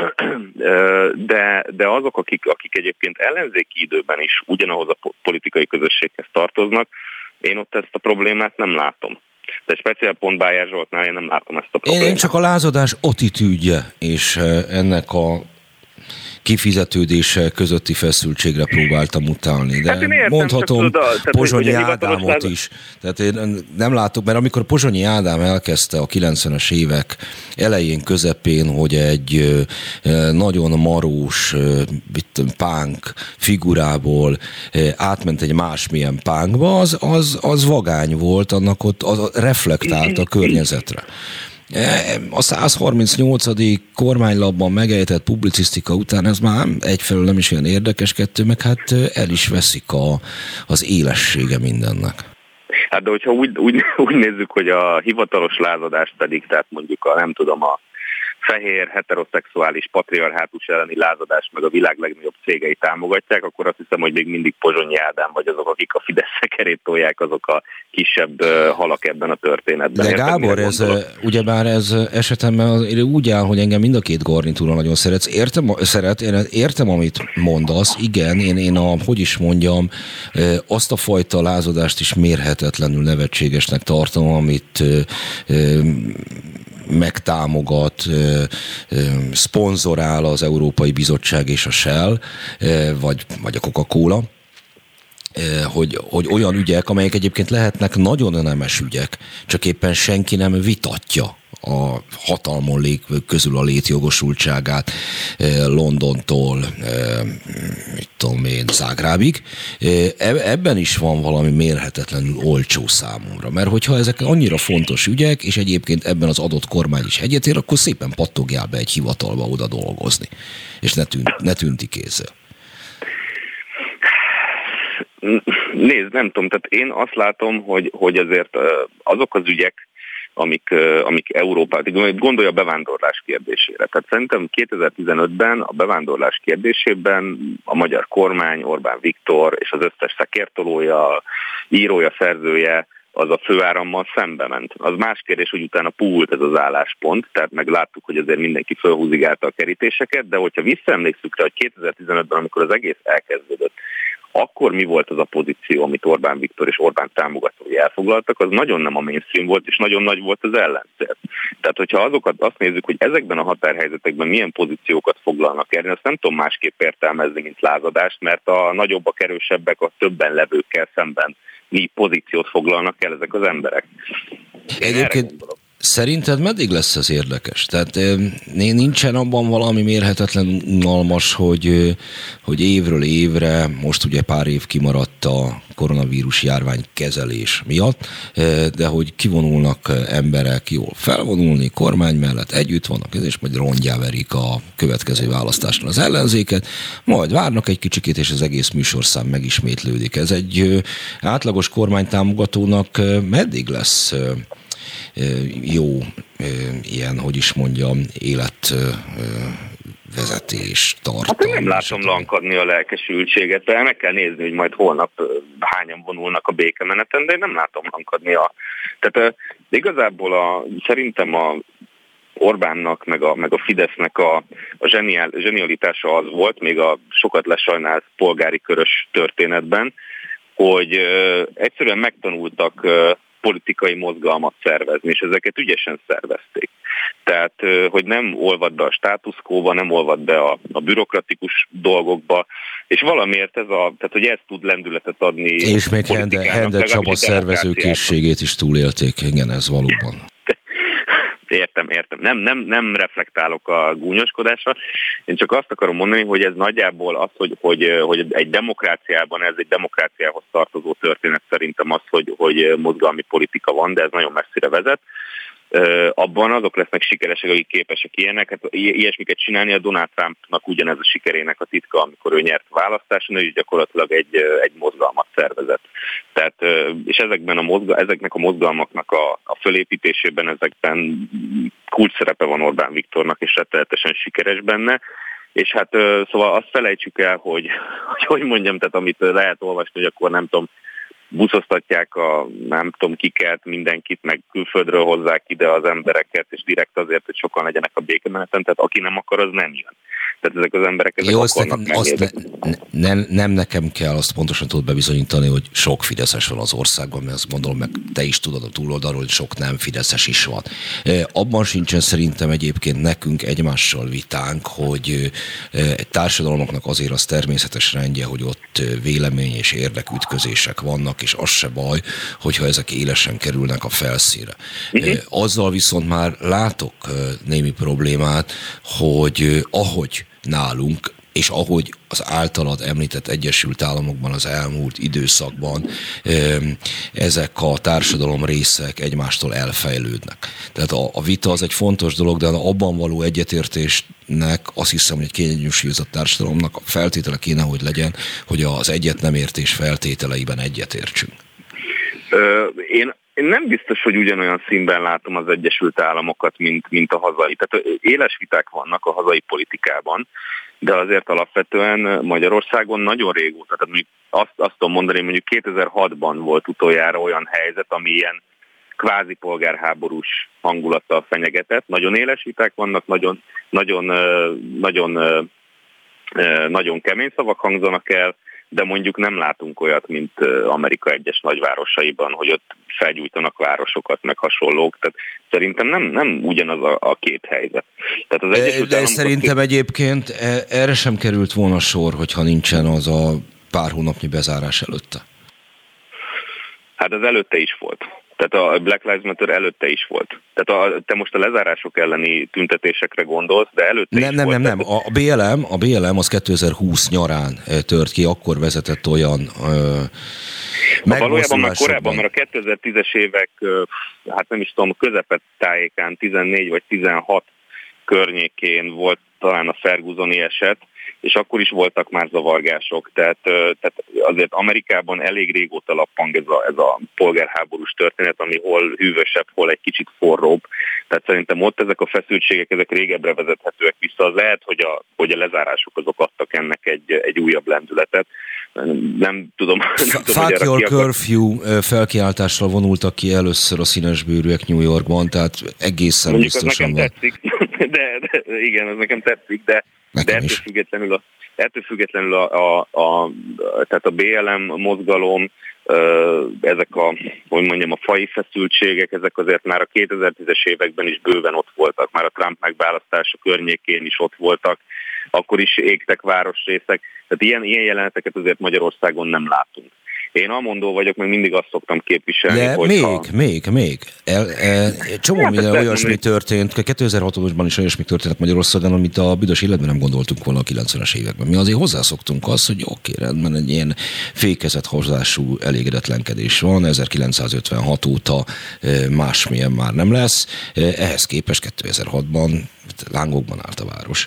de, de azok, akik, akik egyébként ellenzéki időben is ugyanahoz a politikai közösséghez tartoznak, én ott ezt a problémát nem látom. De speciál pont Bajer Zsoltnál én nem látom ezt a problémát. Én csak a lázadás attitűdje, és ennek a kifizetődése közötti feszültségre próbáltam utálni, de hát értem, mondhatom Pozsonyi Ádámot is. Tehát én nem látok, mert amikor Pozsonyi Ádám elkezdte a kilencvenes évek elején, közepén, hogy egy nagyon marós punk figurából átment egy másmilyen punkba, az, az, az vagány volt, annak ott az reflektált a környezetre. A százharmincnyolcadik kormánylapban megejtett publicisztika után ez már egyfelől nem is olyan érdekes, kettő, meg hát el is veszik a, az élessége mindennek. Hát de hogyha úgy, úgy, úgy nézzük, hogy a hivatalos lázadást pedig, tehát mondjuk a nem tudom, a fehér, heteroszexuális, patriarhátus elleni lázadást meg a világ legnagyobb cégei támogatják, akkor azt hiszem, hogy még mindig Pozsonyi Ádám vagy azok, akik a Fidesz szekerét tolják, azok a kisebb halak ebben a történetben. De Gábor, ez, ugyebár ez esetemben úgy áll, hogy engem mind a két garnitúra nagyon szeretsz. Értem, szeret, én értem, amit mondasz, igen, én, én a, hogy is mondjam, azt a fajta lázadást is mérhetetlenül nevetségesnek tartom, amit megtámogat, szponzorál az Európai Bizottság és a Shell, vagy, vagy a Coca-Cola, hogy, hogy olyan ügyek, amelyek egyébként lehetnek nagyon nemes ügyek, csak éppen senki nem vitatja a hatalmon lévők közül a létjogosultságát Londontól, mit tudom én, Zágrábig. Ebben is van valami mérhetetlenül olcsó számomra, mert hogyha ezek annyira fontos ügyek, és egyébként ebben az adott kormány is egyetér, akkor szépen pattogjál be egy hivatalba oda dolgozni, és ne, tűnt, ne tűnti kézzel. Nézd, nem tudom, tehát én azt látom, hogy, hogy azért azok az ügyek, amik, amik Európát, gondolja a bevándorlás kérdésére. Tehát szerintem kétezer-tizenötben a bevándorlás kérdésében a magyar kormány, Orbán Viktor és az összes szekértolója, írója, szerzője az a főárammal szembe ment. Az más kérdés, hogy utána púlt ez az álláspont, tehát meg láttuk, hogy azért mindenki fölhúzigálta a kerítéseket, de hogyha visszaemlékszünk rá, hogy kétezer-tizenötben, amikor az egész elkezdődött, akkor mi volt az a pozíció, amit Orbán Viktor és Orbán támogatói elfoglaltak, az nagyon nem a mainstream volt, és nagyon nagy volt az ellenszél. Tehát, hogyha azokat azt nézzük, hogy ezekben a határhelyzetekben milyen pozíciókat foglalnak el, azt nem tudom másképp értelmezni, mint lázadást, mert a nagyobbak, erősebbek, a többen levőkkel szemben mi pozíciót foglalnak el ezek az emberek. Egyébként szerinted meddig lesz ez érdekes? Tehát nincsen abban valami mérhetetlen unalmas, hogy, hogy évről évre, most ugye pár év kimaradt a koronavírus járvány kezelés miatt, de hogy kivonulnak emberek, jól felvonulni, kormány mellett együtt vannak, és majd rongyáverik a következő választáson az ellenzéket, majd várnak egy kicsikét, és az egész műsorszám megismétlődik. Ez egy átlagos kormánytámogatónak meddig lesz jó ilyen, hogy is mondjam, életvezetés, tartalom. Hát én nem látom lankadni a lelkesültséget, de meg kell nézni, hogy majd holnap hányan vonulnak a békemeneten, de én nem látom lankadni a... Tehát igazából a, szerintem a Orbánnak, meg a, meg a Fidesznek a, a zseniál, zsenialitása az volt, még a sokat lesajnált polgári körös történetben, hogy ö, egyszerűen megtanultak ö, politikai mozgalmat szervezni, és ezeket ügyesen szervezték. Tehát, hogy nem olvad be a státuszkóba, nem olvad be a, a bürokratikus dolgokba, és valamiért ez a, tehát, hogy ez tud lendületet adni. És még Hende Csaba szervezőkészségét is túlélték, igen, ez valóban. Értem, értem. Nem, nem, nem reflektálok a gúnyoskodásra. Én csak azt akarom mondani, hogy ez nagyjából az, hogy, hogy, hogy egy demokráciában, ez egy demokráciához tartozó történet szerintem az, hogy, hogy mozgalmi politika van, de ez nagyon messzire vezet. Abban azok lesznek sikeresek, akik képesek ilyenek, hát ilyesmiket csinálni. A Donald Trumpnak ugyanez a sikerének a titka, amikor ő nyert a választáson, ő is gyakorlatilag egy, egy mozgalmat szervezett. Tehát, és ezekben a mozga, ezeknek a mozgalmaknak a, a fölépítésében, ezekben kulcs szerepe van Orbán Viktornak, és rettenetesen sikeres benne. És hát szóval azt felejtsük el, hogy, hogy hogy mondjam, tehát amit lehet olvasni, hogy akkor nem tudom, buszoztatják a nem tudom kiket, mindenkit, meg külföldről hozzák ide az embereket, és direkt azért, hogy sokan legyenek a békemeneten, tehát aki nem akar, az nem jön. Tehát ezek az emberek ezek Jó, akarnak ne, azt ne, nem, nem nekem kell azt pontosan tudod bebizonyítani, hogy sok fideszes van az országban, mert azt gondolom, meg te is tudod a túloldalról, hogy sok nem fideszes is van. Abban sincsen szerintem egyébként nekünk egymással vitánk, hogy egy társadalomnak azért az természetes rendje, hogy ott vélemény és érdekütközések vannak, és az se baj, hogyha ezek élesen kerülnek a felszínre. Uh-huh. Azzal viszont már látok némi problémát, hogy ahogy nálunk, és ahogy az általad említett Egyesült Államokban az elmúlt időszakban ezek a társadalom részek egymástól elfejlődnek. Tehát a, a vita az egy fontos dolog, de abban való egyetértésnek azt hiszem, hogy egy kiegyensúlyozott társadalomnak a feltétele kéne, hogy legyen, hogy az egyet nem értés feltételeiben egyetértsünk. Ö, én én nem biztos, hogy ugyanolyan színben látom az Egyesült Államokat, mint, mint a hazai. Tehát éles viták vannak a hazai politikában, de azért alapvetően Magyarországon nagyon régóta, tehát azt, azt tudom mondani, mondjuk kétezer-hatban volt utoljára olyan helyzet, ami ilyen kvázi polgárháborús hangulattal fenyegetett. Nagyon éles viták vannak, nagyon, nagyon, nagyon, nagyon kemény szavak hangzanak el, de mondjuk nem látunk olyat, mint Amerika egyes nagyvárosaiban, hogy ott felgyújtanak városokat, meg hasonlók. Tehát szerintem nem, nem ugyanaz a, a két helyzet. Tehát az Egyesült de Államok szerintem két... egyébként erre sem került volna sor, hogyha nincsen az a pár hónapnyi bezárás előtte. Hát az előtte is volt. Tehát a Black Lives Matter előtte is volt. Tehát a, te most a lezárások elleni tüntetésekre gondolsz, de előtte nem, is nem, volt. Nem, nem, nem. A bé el em, a bé el em az kétezer-húsz nyarán tört ki, akkor vezetett olyan ö, valójában már korábban, mert a kétezer-tízes évek, hát nem is tudom, közepet tájékán, tizennégy vagy tizenhat környékén volt talán a Fergusoni eset, és akkor is voltak már zavargások, tehát, tehát azért Amerikában elég régóta lappang ez a, ez a polgárháborús történet, ami hol hűvösebb, hol egy kicsit forróbb, tehát szerintem ott ezek a feszültségek, ezek régebbre vezethetőek vissza, az lehet, hogy a, hogy a lezárások azok adtak ennek egy, egy újabb lendületet. Nem tudom, nem tudom, Fuck your curfew felkiáltással vonultak ki először a színesbőrűek New Yorkban, tehát egészen mondjuk biztosan az nekem tetszik, de, de igen, az nekem tetszik, de, de ettől függetlenül, a, ettől függetlenül a, a, a, tehát a bé el em mozgalom, ezek a, hogy mondjam, a faji feszültségek, ezek azért már a kétezer-tízes években is bőven ott voltak, már a Trump megválasztása környékén is ott voltak, akkor is égtek városrészek, tehát ilyen, ilyen jeleneteket azért Magyarországon nem látunk. Én amondó vagyok, meg mindig azt szoktam képviselni, de hogy... még, ha... még, még. El, el, csomó hát minden olyasmi történt, kétezer-hatban is olyasmi történt Magyarországon, amit a büdös életben nem gondoltunk volna a kilencvenes években. Mi azért hozzászoktunk azt, hogy oké, rendben, egy ilyen fékezett hozású elégedetlenkedés van, ezerkilencszázötvenhat óta másmilyen már nem lesz. Ehhez képest kétezer-hatban lángokban állt a város.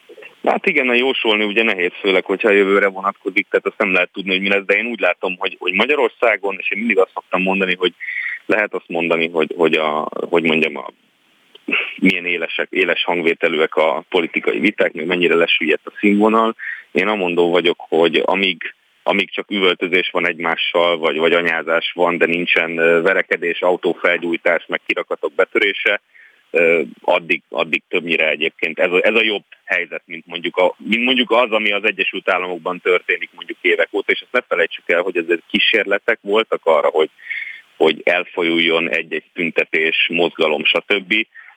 Hát igen, a jósolni ugye nehéz, főleg, hogyha a jövőre vonatkozik, tehát azt nem lehet tudni, hogy mi lesz, de én úgy látom, hogy, hogy Magyarországon, és én mindig azt szoktam mondani, hogy lehet azt mondani, hogy, hogy, a, hogy mondjam, a, milyen élesek, éles hangvételűek a politikai viták, még mennyire lesüllyedt a színvonal. Én amondó vagyok, hogy amíg, amíg csak üvöltözés van egymással, vagy, vagy anyázás van, de nincsen verekedés, autófelgyújtás, meg kirakatok betörése, addig, addig többnyire egyébként ez a, ez a jobb helyzet, mint mondjuk, a, mint mondjuk az, ami az Egyesült Államokban történik mondjuk évek óta, és ezt ne felejtsük el, hogy ezek kísérletek voltak arra, hogy, hogy elfolyuljon egy-egy tüntetés, mozgalom, stb.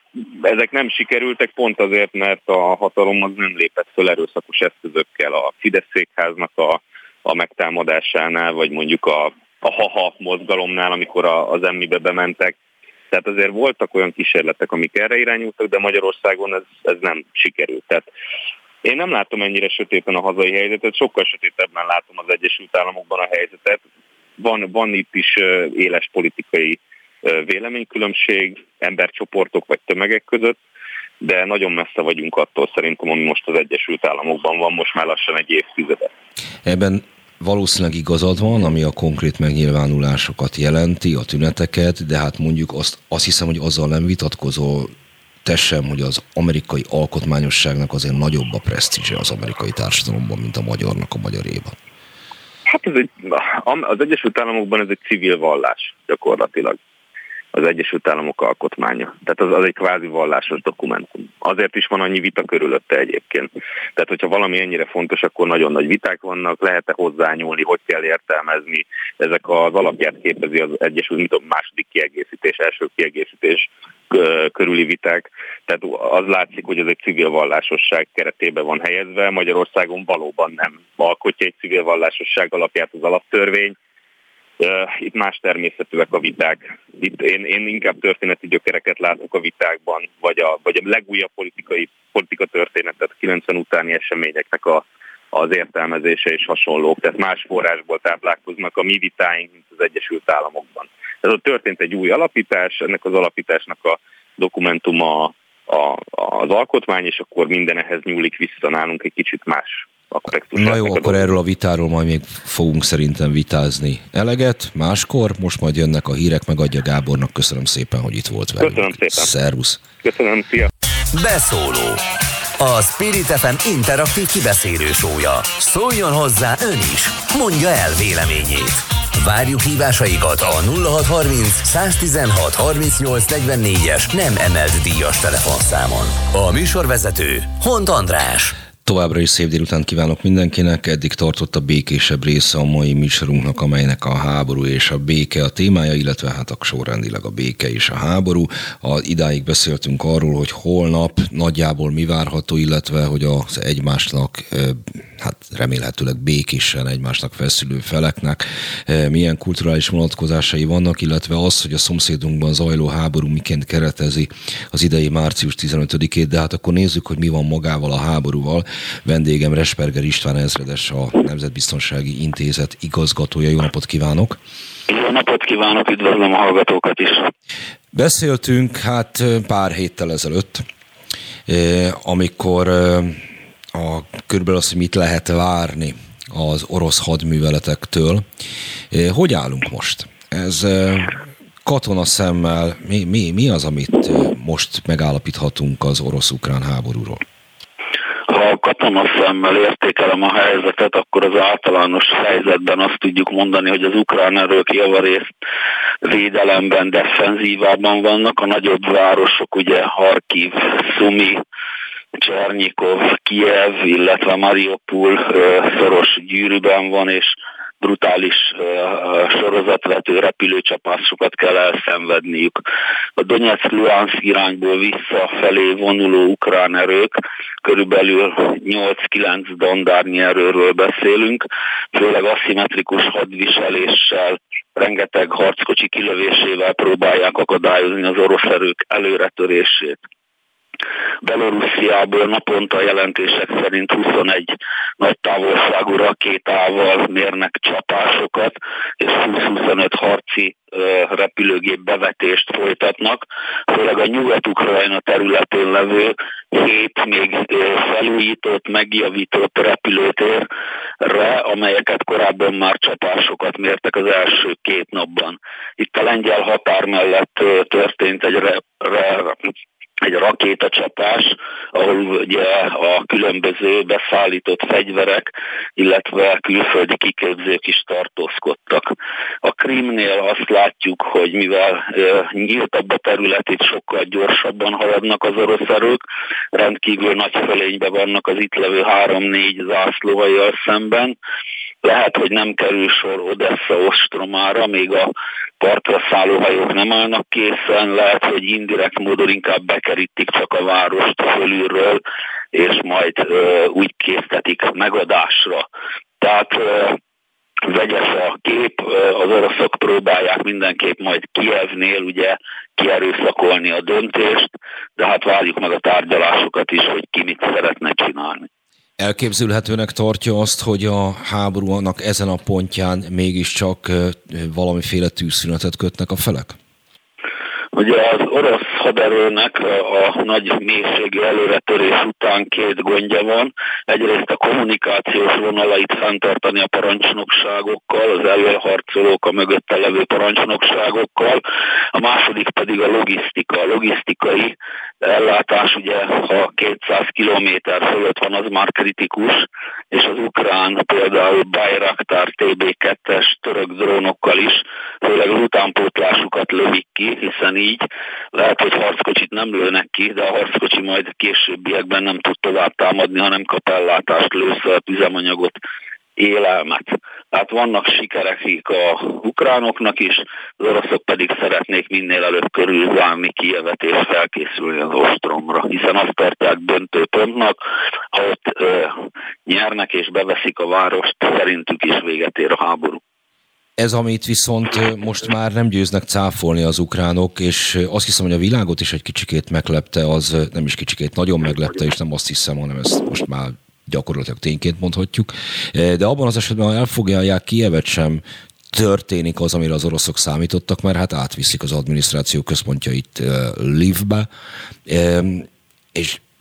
Ezek nem sikerültek pont azért, mert a hatalom az nem lépett föl erőszakos eszközökkel a Fidesz székháznak a, a megtámadásánál, vagy mondjuk a, a haha mozgalomnál, amikor a, az emmibe bementek. Tehát azért voltak olyan kísérletek, amik erre irányultak, de Magyarországon ez, ez nem sikerült. Tehát én nem látom ennyire sötéten a hazai helyzetet, sokkal sötétebben látom az Egyesült Államokban a helyzetet. Van, van itt is éles politikai véleménykülönbség, embercsoportok vagy tömegek között, de nagyon messze vagyunk attól szerintem, ami most az Egyesült Államokban van, most már lassan egy évtizede. Ebben valószínűleg igazad van, ami a konkrét megnyilvánulásokat jelenti, a tüneteket, de hát mondjuk azt, azt hiszem, hogy azzal nem vitatkozol te sem, hogy az amerikai alkotmányosságnak azért nagyobb a presztízse az amerikai társadalomban, mint a magyarnak a magyaréban. Hát ez egy, az Egyesült Államokban ez egy civil vallás gyakorlatilag. Az Egyesült Államok alkotmánya. Tehát az, az egy kvázi vallásos dokumentum. Azért is van annyi vita körülötte egyébként. Tehát, hogyha valami ennyire fontos, akkor nagyon nagy viták vannak, lehet-e hozzányúlni, hogy kell értelmezni. Ezek az alapját képezi az Egyesült, mint a második kiegészítés, első kiegészítés körüli viták. Tehát az látszik, hogy ez egy civil vallásosság keretében van helyezve. Magyarországon valóban nem alkotja egy civil vallásosság alapját az alaptörvény. Itt más természetűek a viták. Itt én, én inkább történeti gyökereket látok a vitákban, vagy a, vagy a legújabb politikai politika történetet, a kilencven utáni eseményeknek a, az értelmezése és hasonlók. Tehát más forrásból táplálkoznak a mi vitáink, mint az Egyesült Államokban. Ez ott történt egy új alapítás, ennek az alapításnak a dokumentuma a, az alkotmány, és akkor minden ehhez nyúlik vissza, nálunk egy kicsit más aspektusát. Na jó, akkor erről a vitáról majd még fogunk szerintem vitázni eleget. Máskor, most majd jönnek a hírek, megadja Gábornak. Köszönöm szépen, hogy itt volt velünk. Köszönöm szépen. Szervusz. Köszönöm, szia. Beszóló. A Spirit ef em interaktív kibeszélő show-ja. Szóljon hozzá ön is. Mondja el véleményét. Várjuk hívásaikat a nulla hat harminc száztizenhat harmincnyolc negyvennégyes nem emelt díjas telefonszámon. A műsorvezető Hont András. Továbbra is szép délután kívánok mindenkinek. Eddig tartott a békésebb része a mai műsorunknak, amelynek a háború és a béke a témája, illetve hát a sorrendileg a béke és a háború. A, idáig beszéltünk arról, hogy holnap nagyjából mi várható, illetve hogy az egymásnak, hát remélhetőleg békésen egymásnak feszülő feleknek milyen kulturális vonatkozásai vannak, illetve az, hogy a szomszédunkban zajló háború miként keretezi az idei március tizenötödikét, de hát akkor nézzük, hogy mi van magával a háborúval. Vendégem Resperger István ezredes, a Nemzetbiztonsági Intézet igazgatója. Jó napot kívánok! Jó napot kívánok, üdvözlöm a hallgatókat is! Beszéltünk hát pár héttel ezelőtt, amikor a, körülbelül azt, hogy mit lehet várni az orosz hadműveletektől. Hogy állunk most? Ez katona szemmel, mi, mi, mi az, amit most megállapíthatunk az orosz-ukrán háborúról? Ha katona szemmel értékelem a helyzetet, akkor az általános helyzetben azt tudjuk mondani, hogy az ukrán erők javarészt védelemben, defenzívában vannak. A nagyobb városok, ugye Harkiv, Szumi, Csernyikov, Kijev, illetve Mariupol szoros gyűrűben van, és brutális uh, sorozatvető repülőcsapásokat kell elszenvedniük. A Donetsk-Luhanszk irányból visszafelé vonuló ukrán erők, körülbelül nyolc-kilenc dandárnyi erőről beszélünk, főleg aszimmetrikus hadviseléssel, rengeteg harckocsi kilövésével próbálják akadályozni az orosz erők előretörését. Belorussziából naponta a jelentések szerint huszonegy nagy távolságú rakétával mérnek csapásokat, és húsz-huszonöt harci repülőgép bevetést folytatnak. Főleg a Nyugat-Ukrajna területén levő hét még felújított, megjavított repülőtérre, amelyeket korábban már csapásokat mértek az első két napban. Itt a lengyel határ mellett történt egy re, re, egy rakétacsapás, ahol ugye a különböző beszállított fegyverek, illetve külföldi kiképzők is tartózkodtak. A Krímnél azt látjuk, hogy mivel e, nyíltabb a terület, itt sokkal gyorsabban haladnak az orosz erők, rendkívül nagy fölényben vannak az itt levő három-négy zászlóhajjal szemben. Lehet, hogy nem kerül sor Odessa ostromára, még a partra szálló hajók nem állnak készen, lehet, hogy indirekt módon inkább bekerítik csak a várost fölülről, és majd ö, úgy késztetik megadásra. Tehát ö, vegyes a kép, az oroszok próbálják mindenképp majd Kijevnél ugye kierőszakolni a döntést, de hát várjuk meg a tárgyalásokat is, hogy ki mit szeretne csinálni. Elképzelhetőnek tartja azt, hogy a háborúnak ezen a pontján mégiscsak valamiféle tűzszünetet kötnek a felek? Ugye az orosz haderőnek a nagy mélységű előretörés után két gondja van. Egyrészt a kommunikációs vonalait fenntartani a parancsnokságokkal, az előharcolók a mögötte levő parancsnokságokkal, a második pedig a logisztika. A logisztikai ellátás, ugye ha kétszáz kilométer fölött van, az már kritikus, és az ukrán például Bayraktar té bé kettes török drónokkal is, főleg az utánpótlásukat lövik ki, hiszen így lehet, hogy harckocsit nem lőnek ki, de a harckocsi majd későbbiekben nem tud tovább támadni, hanem kap ellátást, lőszert, üzemanyagot, élelmet. Tehát vannak sikerek a ukránoknak is, az oroszok pedig szeretnék minél előbb körülzárni Kijevet és felkészülni az ostromra, hiszen azt tartják döntő pontnak, ha ott ö, nyernek és beveszik a várost, szerintük is véget ér a háború. Ez, amit viszont most már nem győznek cáfolni az ukránok, és azt hiszem, hogy a világot is egy kicsikét meglepte, az nem is kicsikét, nagyon meglepte, és nem azt hiszem, hanem ezt most már gyakorlatilag tényként mondhatjuk. De abban az esetben, ha elfoglalják Kijevet, sem történik az, amire az oroszok számítottak, mert hát átviszik az adminisztráció központjait Lvivbe, és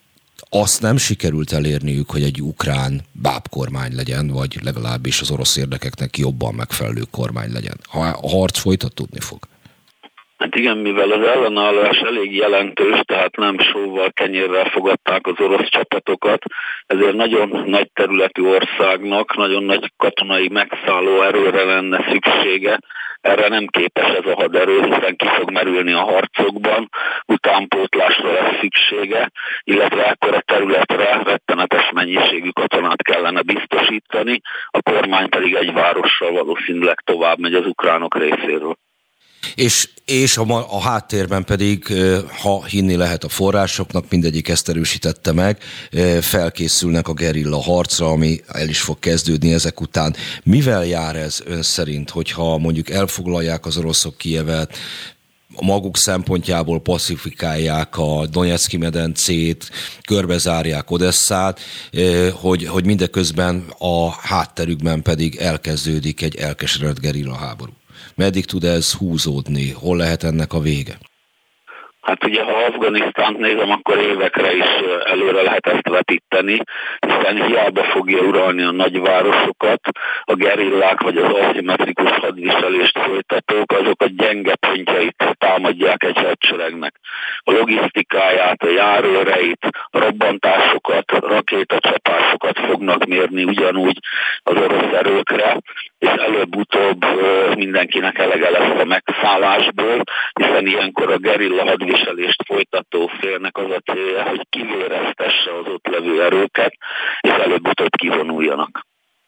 azt nem sikerült elérniük, hogy egy ukrán bábkormány legyen, vagy legalábbis az orosz érdekeknek jobban megfelelő kormány legyen. A harc folytatódni fog. Hát igen, mivel az ellenállás elég jelentős, tehát nem sóval, kenyérrel fogadták az orosz csapatokat, ezért nagyon nagy területű országnak, nagyon nagy katonai megszálló erőre lenne szüksége. Erre nem képes ez a haderő, hiszen ki fog merülni a harcokban, utánpótlásra lesz szüksége, illetve ekkora területre rettenetes mennyiségű katonát kellene biztosítani, a kormány pedig egy várossal valószínűleg tovább megy az ukránok részéről. És, és a, a háttérben pedig, ha hinni lehet a forrásoknak, mindegyik ezt erősítette meg, felkészülnek a gerilla harcra, ami el is fog kezdődni ezek után. Mivel jár ez ön szerint, hogyha mondjuk elfoglalják az oroszok Kijevet, a maguk szempontjából pacifikálják a Donetszki medencét, körbezárják Odesszát, hogy, hogy mindeközben a hátterükben pedig elkezdődik egy elkeseredett gerilla háború? Meddig tud ez húzódni? Hol lehet ennek a vége? Hát ugye, ha Afganisztánt nézem, akkor évekre is előre lehet ezt vetíteni, hiszen hiába fogja uralni a nagyvárosokat, a gerillák vagy az aszimmetrikus hadviselést folytatók, azok a gyenge pontjait támadják egy hadseregnek. A logisztikáját, a járőreit, a robbantásokat, rakétacsapásokat fognak mérni ugyanúgy az orosz erőkre, és előbb-utóbb mindenkinek elege lesz a megszállásból, hiszen ilyenkor a gerilla hadviselést folytató félnek az a célja, hogy kivéreztesse az ott levő erőket, és előbb-utóbb kivonuljanak.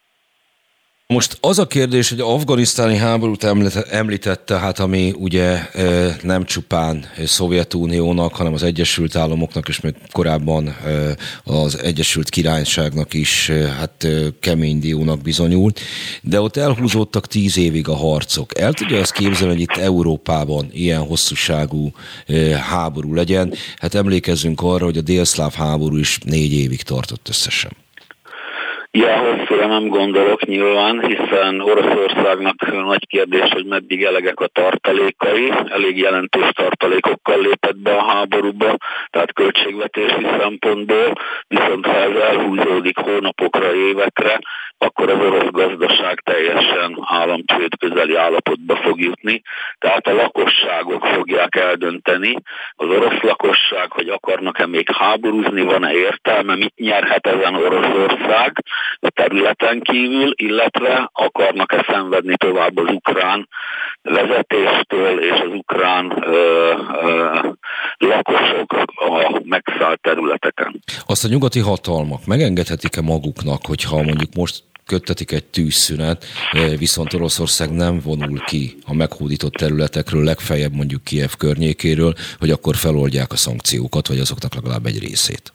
Most az a kérdés, hogy az afganisztáni háborút említette, hát ami ugye nem csupán Szovjetuniónak, hanem az Egyesült Államoknak, és még korábban az Egyesült Királyságnak is hát kemény diónak bizonyult, de ott elhúzódtak tíz évig a harcok. El tudja ezt képzelni, hogy itt Európában ilyen hosszúságú háború legyen? Hát emlékezzünk arra, hogy a délszláv háború is négy évig tartott összesen. Ja, hosszúra nem gondolok nyilván, hiszen Oroszországnak nagy kérdés, hogy meddig elegek a tartalékai, elég jelentős tartalékokkal lépett be a háborúba, tehát költségvetési szempontból, viszont ha ez elhúzódik hónapokra, évekre, akkor az orosz gazdaság teljesen államcsőd közeli állapotba fog jutni, tehát a lakosságok fogják eldönteni, az orosz lakosság, hogy akarnak-e még háborúzni, van-e értelme, mit nyerhet ezen Oroszország a területen kívül, illetve akarnak-e szenvedni tovább az ukrán vezetéstől és az ukrán ö, ö, lakosok a megszállt területeken. Azt a nyugati hatalmak megengedhetik-e maguknak, hogyha mondjuk most köttetik egy tűzszünet, viszont Oroszország nem vonul ki a meghódított területekről, legfeljebb mondjuk Kijev környékéről, hogy akkor feloldják a szankciókat, vagy azoknak legalább egy részét?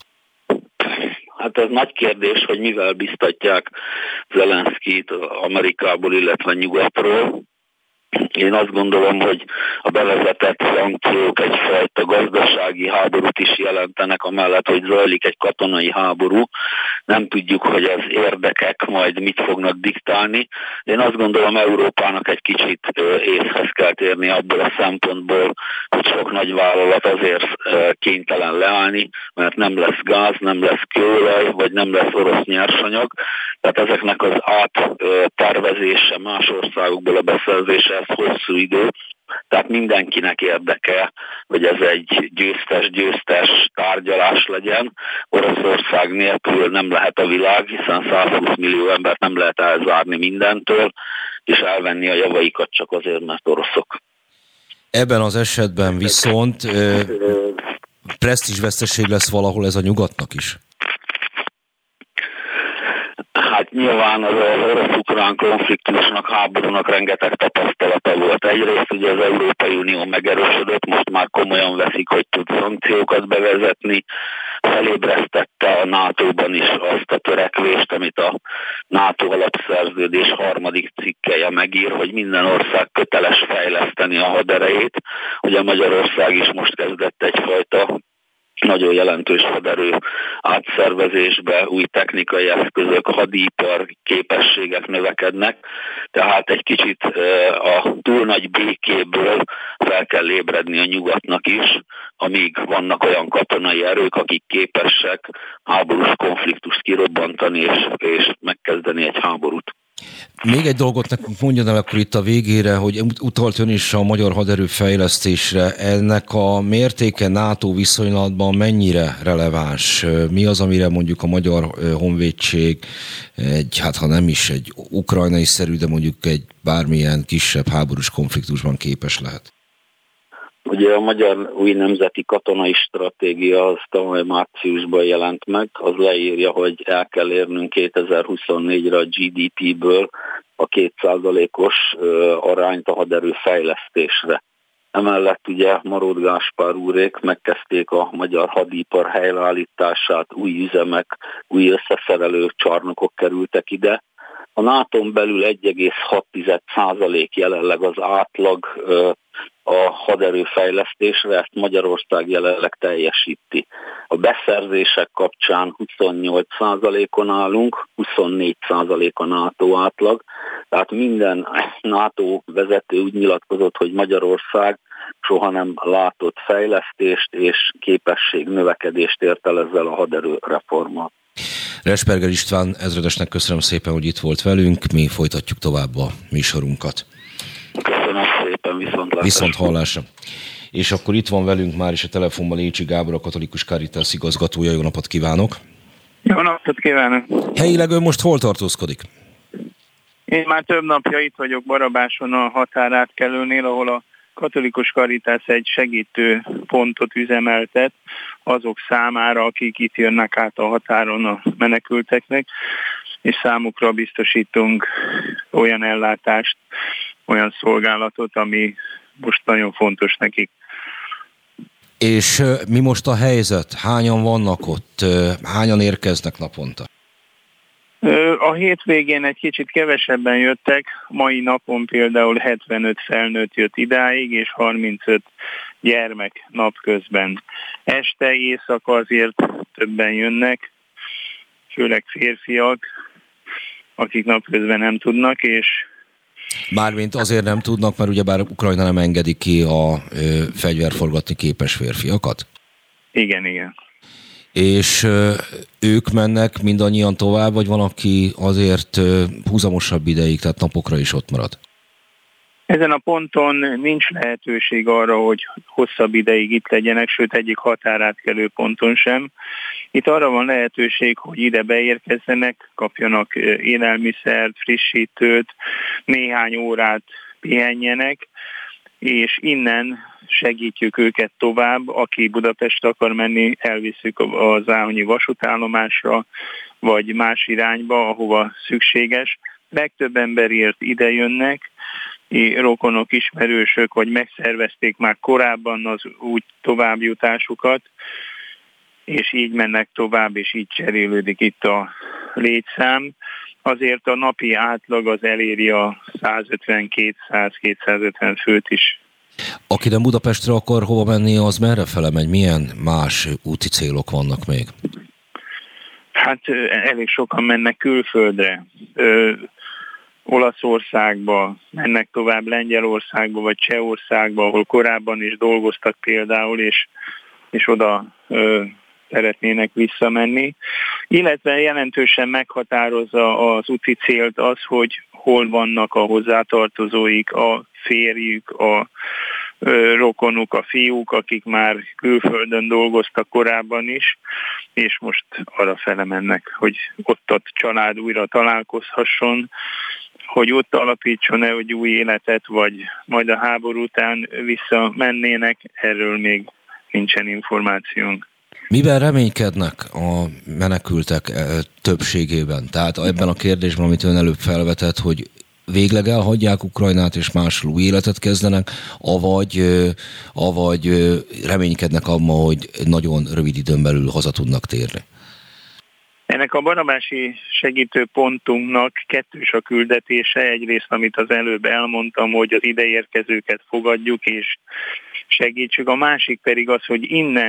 Hát ez nagy kérdés, hogy mivel biztatják Zelenszkijt Amerikából, illetve nyugatról. Én azt gondolom, hogy a bevezetett szankciók egyfajta gazdasági háborút is jelentenek, amellett, hogy zajlik egy katonai háború. Nem tudjuk, hogy az érdekek majd mit fognak diktálni. Én azt gondolom, Európának egy kicsit észhez kell térni abból a szempontból, hogy sok nagyvállalat azért kénytelen leállni, mert nem lesz gáz, nem lesz kőolaj, vagy nem lesz orosz nyersanyag. Tehát ezeknek az áttervezése, más országokból a beszerzése, ez hosszú idő, tehát mindenkinek érdeke, hogy ez egy győztes-győztes tárgyalás legyen. Oroszország nélkül nem lehet a világ, hiszen százhúsz millió embert nem lehet elzárni mindentől, és elvenni a javaikat csak azért, mert oroszok. Ebben az esetben viszont presztízsveszteség lesz valahol ez a nyugatnak is? Hát nyilván az orosz-ukrán konfliktusnak, háborúnak rengeteg tapasztalata volt. Egyrészt ugye az Európai Unió megerősödött, most már komolyan veszik, hogy tud szankciókat bevezetni. Felébresztette a nátóban is azt a törekvést, amit a NATO alapszerződés harmadik cikkelje megír, hogy minden ország köteles fejleszteni a haderejét. Ugye Magyarország is most kezdett egyfajta nagyon jelentős haderő átszervezésbe, új technikai eszközök, hadipar képességek növekednek, tehát egy kicsit a túl nagy békéből fel kell ébredni a nyugatnak is, amíg vannak olyan katonai erők, akik képesek háborús konfliktust kirobbantani és, és megkezdeni egy háborút. Még egy dolgot nekünk mondjon el akkor itt a végére, hogy utalt ön is a magyar haderő fejlesztésre. Ennek a mértéke NATO viszonylatban mennyire releváns? Mi az, amire mondjuk a magyar honvédség egy, hát ha nem is egy ukrajnai-szerű, de mondjuk egy bármilyen kisebb háborús konfliktusban képes lehet? Ugye a magyar új nemzeti katonai stratégia az tavaly márciusban jelent meg, az leírja, hogy el kell érnünk kétezer-huszonnégyre a gé dé pé-ből a két százalékos arányt a haderő fejlesztésre. Emellett ugye Marót Gáspár úrék megkezdték a magyar hadipar helyreállítását, új üzemek, új összeszerelő csarnokok kerültek ide. A nátón belül egy egész hat százalék jelenleg az átlag a haderőfejlesztésre, ezt Magyarország jelenleg teljesíti. A beszerzések kapcsán huszonnyolc százalékon állunk, huszonnégy százalék a NATO átlag, tehát minden NATO vezető úgy nyilatkozott, hogy Magyarország soha nem látott fejlesztést és képesség növekedést ért el ezzel a haderőreformmal. Resperger István ezredesnek köszönöm szépen, hogy itt volt velünk, mi folytatjuk tovább a műsorunkat. Köszönöm szépen, viszontlátásra. Viszont hallásra. És akkor itt van velünk már is a telefonban Lécsi Gábor, a Katolikus Caritas igazgatója. Jó napot kívánok! Jó napot kívánok! Helyileg ön most hol tartózkodik? Én már több napja itt vagyok Barabáson a határátkelőnél, ahol a Katolikus Caritas egy segítő pontot üzemeltet azok számára, akik itt jönnek át a határon a menekülteknek, és számukra biztosítunk olyan ellátást, olyan szolgálatot, ami most nagyon fontos nekik. És mi most a helyzet? Hányan vannak ott? Hányan érkeznek naponta? A hétvégén egy kicsit kevesebben jöttek, mai napon például hetvenöt felnőtt jött idáig, és harmincöt gyermek napközben. Este, éjszaka azért többen jönnek, főleg férfiak, akik napközben nem tudnak, és Mármint azért nem tudnak, mert ugyebár Ukrajna nem engedi ki a ö, fegyverforgatni képes férfiakat? Igen, igen. És ö, ők mennek mindannyian tovább, vagy van, aki azért ö, húzamosabb ideig, tehát napokra is ott marad? Ezen a ponton nincs lehetőség arra, hogy hosszabb ideig itt legyenek, sőt egyik határátkelő ponton sem. Itt arra van lehetőség, hogy ide beérkezzenek, kapjanak élelmiszert, frissítőt, néhány órát pihenjenek, és innen segítjük őket tovább. Aki Budapestre akar menni, elviszük a Záhonyi vasútállomásra, vagy más irányba, ahova szükséges. Legtöbb emberért ide jönnek, rokonok, ismerősök, vagy megszervezték már korábban az úgy továbbjutásukat, és így mennek tovább, és így cserélődik itt a létszám. Azért a napi átlag az eléri a százötven-kétszáz-kétszázötven főt is. Aki nem Budapestre akar hova menni, az merre fele megy? Milyen más úti célok vannak még? Hát elég sokan mennek külföldre. Ö, Olaszországba, mennek tovább Lengyelországba, vagy Csehországba, ahol korábban is dolgoztak például, és, és oda ö, szeretnének visszamenni. Illetve jelentősen meghatározza az úti célt az, hogy hol vannak a hozzátartozóik, a férjük, a ö, rokonuk, a fiúk, akik már külföldön dolgoztak korábban is, és most arra fele mennek, hogy ott a család újra találkozhasson, hogy ott alapítson-e egy új életet, vagy majd a háború után visszamennének, erről még nincsen információnk. Miben reménykednek a menekültek többségében? Tehát ebben a kérdésben, amit ön előbb felvetett, hogy végleg elhagyják Ukrajnát és máshol új életet kezdenek, avagy, avagy reménykednek abban, hogy nagyon rövid időn belül haza tudnak térni? Ennek a barabási segítőpontunknak kettős a küldetése. Egyrészt, amit az előbb elmondtam, hogy az ideérkezőket fogadjuk és segítsük. A másik pedig az, hogy innen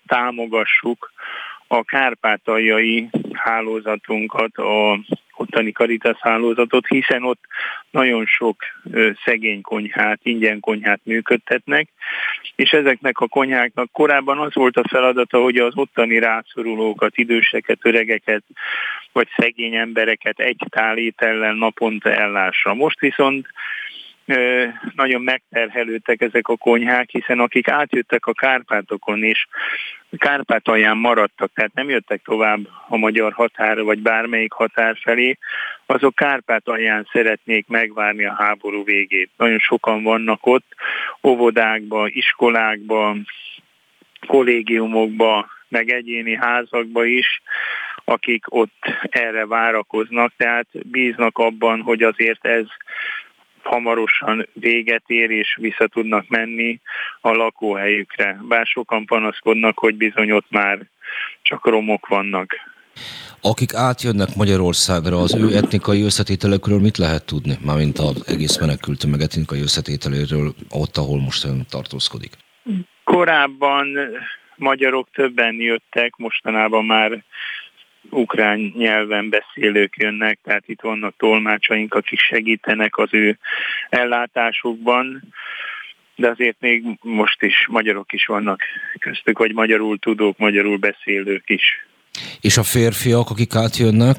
támogassuk a kárpátaljai hálózatunkat, a ottani Caritas hálózatot, hiszen ott nagyon sok szegény konyhát, ingyen konyhát működtetnek, és ezeknek a konyháknak korábban az volt a feladata, hogy az ottani rászorulókat, időseket, öregeket, vagy szegény embereket egy tál étellel naponta ellássa. Most viszont nagyon megterhelődtek ezek a konyhák, hiszen akik átjöttek a Kárpátokon és Kárpátalján maradtak, tehát nem jöttek tovább a magyar határ vagy bármelyik határ felé, azok Kárpátalján szeretnék megvárni a háború végét. Nagyon sokan vannak ott, óvodákba, iskolákba, kollégiumokba, meg egyéni házakba is, akik ott erre várakoznak, tehát bíznak abban, hogy azért ez hamarosan véget ér, és vissza tudnak menni a lakóhelyükre. Bár sokan panaszkodnak, hogy bizony ott már csak romok vannak. Akik átjönnek Magyarországra, az ő etnikai összetételekről mit lehet tudni? Mármint az egész menekült meg etnikai összetételéről ott, ahol most ön tartózkodik. Korábban magyarok többen jöttek, mostanában már ukrán nyelven beszélők jönnek, tehát itt vannak tolmácsaink, akik segítenek az ő ellátásukban, de azért még most is magyarok is vannak köztük, vagy magyarul tudók, magyarul beszélők is. És a férfiak, akik átjönnek?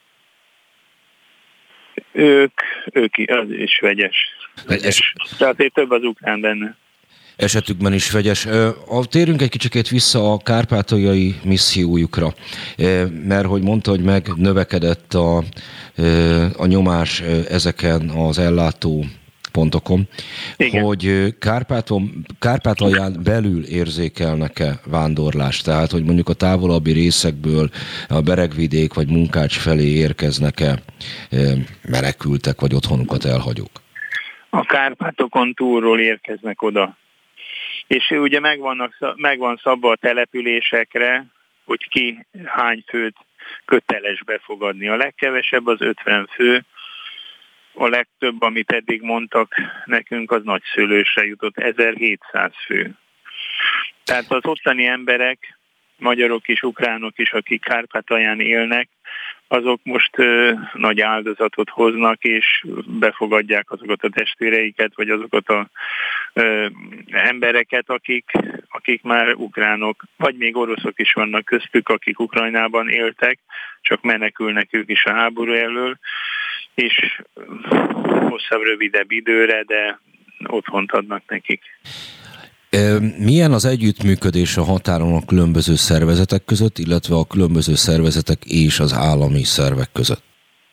Ők, ők az is vegyes. vegyes. Tehát azért több az ukrán benne. Esetükben is vegyes. Térjünk egy kicsikét vissza a kárpátaljai missziójukra, mert hogy mondta, hogy megnövekedett a, a nyomás ezeken az ellátó pontokon, igen, hogy Kárpáton, Kárpátalján belül érzékelnek-e vándorlást, tehát hogy mondjuk a távolabbi részekből a Beregvidék vagy Munkács felé érkeznek-e menekültek vagy otthonukat elhagyók? A Kárpátokon túlról érkeznek oda. És ugye megvannak, megvan szabva a településekre, hogy ki hány főt köteles befogadni. A legkevesebb az ötven fő, a legtöbb, amit eddig mondtak nekünk, az Nagyszőlősre jutott, ezerhétszáz fő. Tehát az ottani emberek, magyarok is, ukránok is, akik Kárpátalján élnek, azok most ö, nagy áldozatot hoznak, és befogadják azokat a testvéreiket, vagy azokat a ö, embereket, akik, akik már ukránok, vagy még oroszok is vannak köztük, akik Ukrajnában éltek, csak menekülnek ők is a háború elől, és hosszabb, rövidebb időre, de otthont adnak nekik. Milyen az együttműködés a határon a különböző szervezetek között, illetve a különböző szervezetek és az állami szervek között?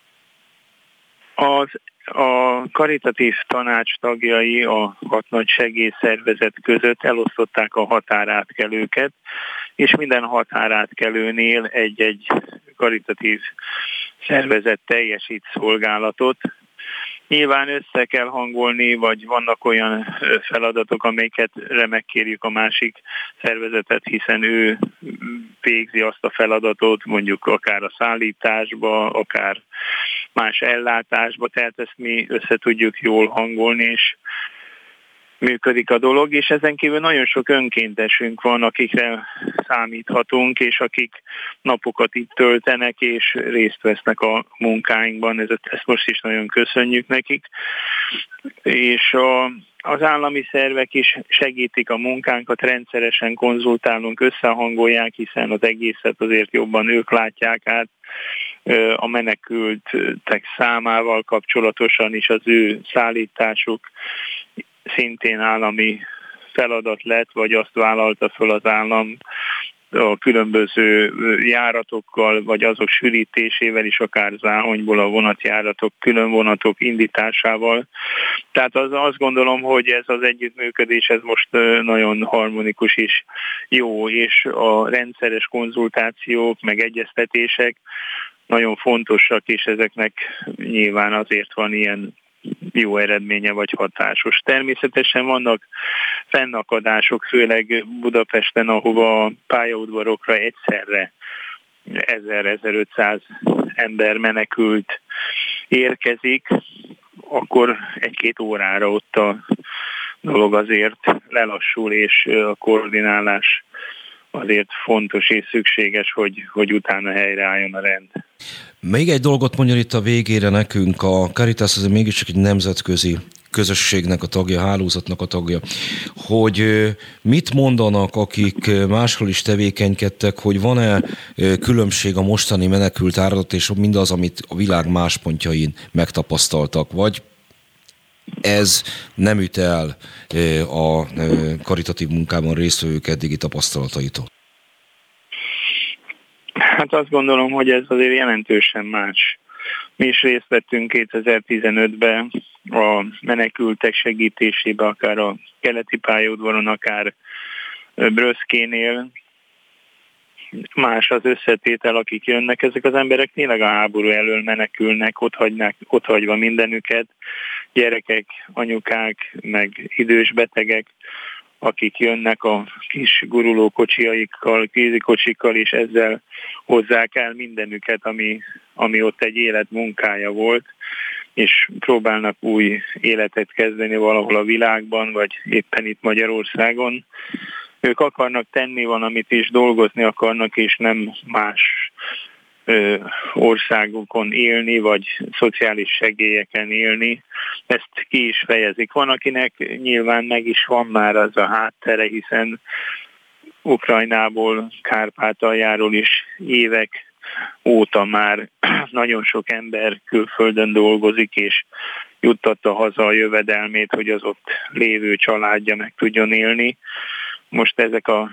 Az, a karitatív tanács tagjai a hat nagy segélyszervezet között elosztották a határátkelőket, és minden határátkelőnél egy-egy karitatív szervezet teljesít szolgálatot. Nyilván össze kell hangolni, vagy vannak olyan feladatok, amelyeket megkérjük a másik szervezetet, hiszen ő végzi azt a feladatot, mondjuk akár a szállításba, akár más ellátásba, tehát ezt mi össze tudjuk jól hangolni, és működik a dolog, és ezen kívül nagyon sok önkéntesünk van, akikre számíthatunk, és akik napokat itt töltenek, és részt vesznek a munkáinkban. Ezt most is nagyon köszönjük nekik. És a, az állami szervek is segítik a munkánkat, rendszeresen konzultálunk, összehangolják, hiszen az egészet azért jobban ők látják át. A menekültek számával kapcsolatosan is az ő szállításuk szintén állami feladat lett, vagy azt vállalta föl az állam a különböző járatokkal, vagy azok sűrítésével is, akár záhonyból a vonatjáratok, külön vonatok indításával. Tehát az, azt gondolom, hogy ez az együttműködés, ez most nagyon harmonikus is jó, és a rendszeres konzultációk, meg egyeztetések nagyon fontosak, és ezeknek nyilván azért van ilyen jó eredménye vagy hatásos. Természetesen vannak fennakadások, főleg Budapesten, ahova a pályaudvarokra egyszerre ezer-ezerötszáz ember menekült érkezik, akkor egy-két órára ott a dolog azért lelassul, és a koordinálás azért fontos és szükséges, hogy, hogy utána helyreálljon a rend. Még egy dolgot mondjon itt a végére nekünk, a Caritas azért mégiscsak egy nemzetközi közösségnek a tagja, hálózatnak a tagja, hogy mit mondanak, akik máshol is tevékenykedtek, hogy van-e különbség a mostani menekült áradat és mindaz, amit a világ más pontjain megtapasztaltak, vagy ez nem üt el a karitatív munkában résztvevők eddigi tapasztalataitól? Hát azt gondolom, hogy ez azért jelentősen más. Mi is részt vettünk kétezer-tizenötben a menekültek segítésébe, akár a keleti pályaudvaron, akár Bröszkénél. Más az összetétel, akik jönnek. Ezek az emberek tényleg a háború elől menekülnek, ott, hagynák, ott hagyva mindenüket. Gyerekek, anyukák, meg idős betegek, akik jönnek a kis guruló kocsiaikkal, kézikocsikkal, és ezzel hozzák el mindenüket, ami, ami ott egy élet munkája volt, és próbálnak új életet kezdeni valahol a világban, vagy éppen itt Magyarországon. Ők akarnak tenni valamit is, dolgozni akarnak, és nem más ö, országokon élni, vagy szociális segélyeken élni. Ezt ki is fejezik. Van, akinek nyilván meg is van már az a háttere, hiszen Ukrajnából, Kárpátaljáról is évek óta már nagyon sok ember külföldön dolgozik, és juttatta haza a jövedelmét, hogy az ott lévő családja meg tudjon élni. Most ezek a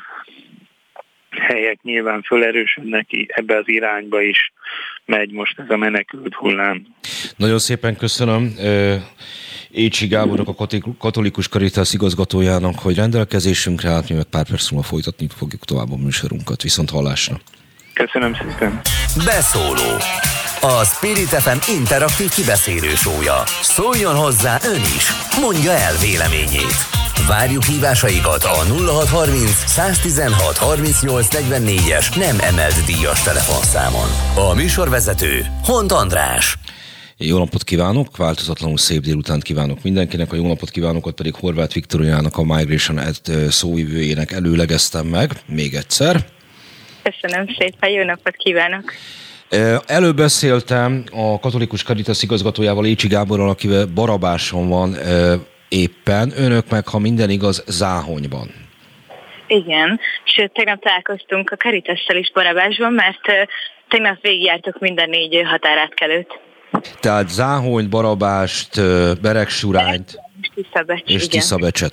helyek nyilván fölerősödnek, ebbe az irányba is megy most ez a menekült hullám. Nagyon szépen köszönöm Écsi Gábornak, a Katolikus Caritas igazgatójának, hogy rendelkezésünkre állt, mi meg pár perc múlva folytatni fogjuk tovább a műsorunkat. Viszont hallásra! Köszönöm szépen! Beszóló. A Spirit ef em interaktív kibeszélő show-ja. Szóljon hozzá ön is, mondja el véleményét. Várjuk hívásaikat a nulla hat harminc száztizenhat harmincnyolc negyvennégyes nem emelt díjas telefonszámon. A műsorvezető Hont András. Jó napot kívánok, változatlanul szép délutánt kívánok mindenkinek, a jó napot kívánokat pedig Horváth Viktoriának, a Migration Aid szóvivőjének előlegeztem meg, még egyszer. Köszönöm szépen, jó napot kívánok! Előbb beszéltem a Katolikus Caritas igazgatójával, Écsi Gáborral, akivel Barabáson van éppen, önök meg, ha minden igaz, Záhonyban. Igen, sőt, tegnap találkoztunk a Caritassal is Barabásban, mert tegnap végigjártuk minden négy határátkelőt. Tehát Záhonyt, Barabást, Beregsurányt és Tiszabecs, és Tiszabecset.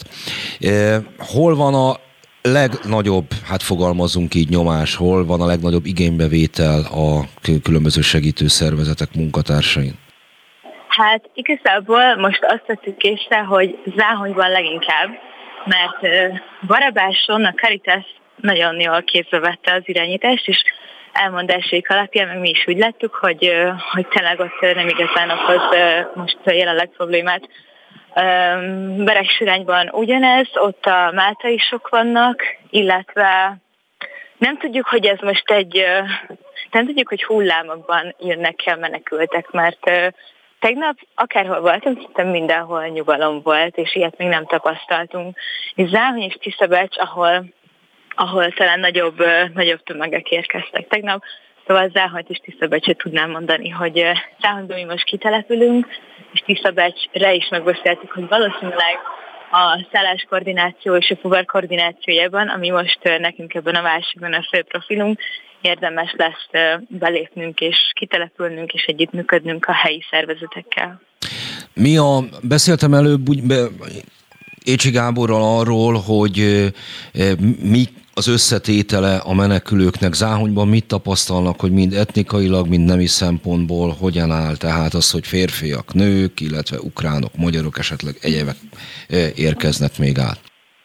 Hol van a legnagyobb, hát fogalmazunk így, nyomás, hol van a legnagyobb igénybevétel a különböző segítő szervezetek munkatársain? Hát igazából most azt tettük észre, hogy Záhonyban leginkább, mert Barabáson a Caritas nagyon jól kézbe vette az irányítást, és elmondásaik alapján meg mi is úgy láttuk, hogy, hogy tényleg ott nem igazán okoz most jelenleg problémát. Beregsurányban ugyanez, ott a máltai sok vannak, illetve nem tudjuk, hogy ez most egy, nem tudjuk, hogy hullámokban jönnek el menekültek, mert tegnap akárhol voltunk, hittem mindenhol nyugalom volt, és ilyet még nem tapasztaltunk. És Záhony és Tiszabecs, ahol, ahol talán nagyobb, nagyobb tömegek érkeztek tegnap, szóval Záhonyt és Tiszabecset tudnám mondani, hogy Záhonyban mi most kitelepülünk, és Tiszabecsre is megbeszéltük, hogy valószínűleg a szálláskoordináció és a fuvar koordinációjában, ami most nekünk ebben a válságban a fő profilunk, érdemes lesz belépnünk és kitelepülnünk és együttműködnünk a helyi szervezetekkel. Mi a, beszéltem előbb úgy be, Écsi Gáborral arról, hogy mi az összetétele a menekülőknek Záhonyban, mit tapasztalnak, hogy mind etnikailag, mind nemi szempontból hogyan áll, tehát az, hogy férfiak, nők, illetve ukránok, magyarok, esetleg egyébek érkeznek még át.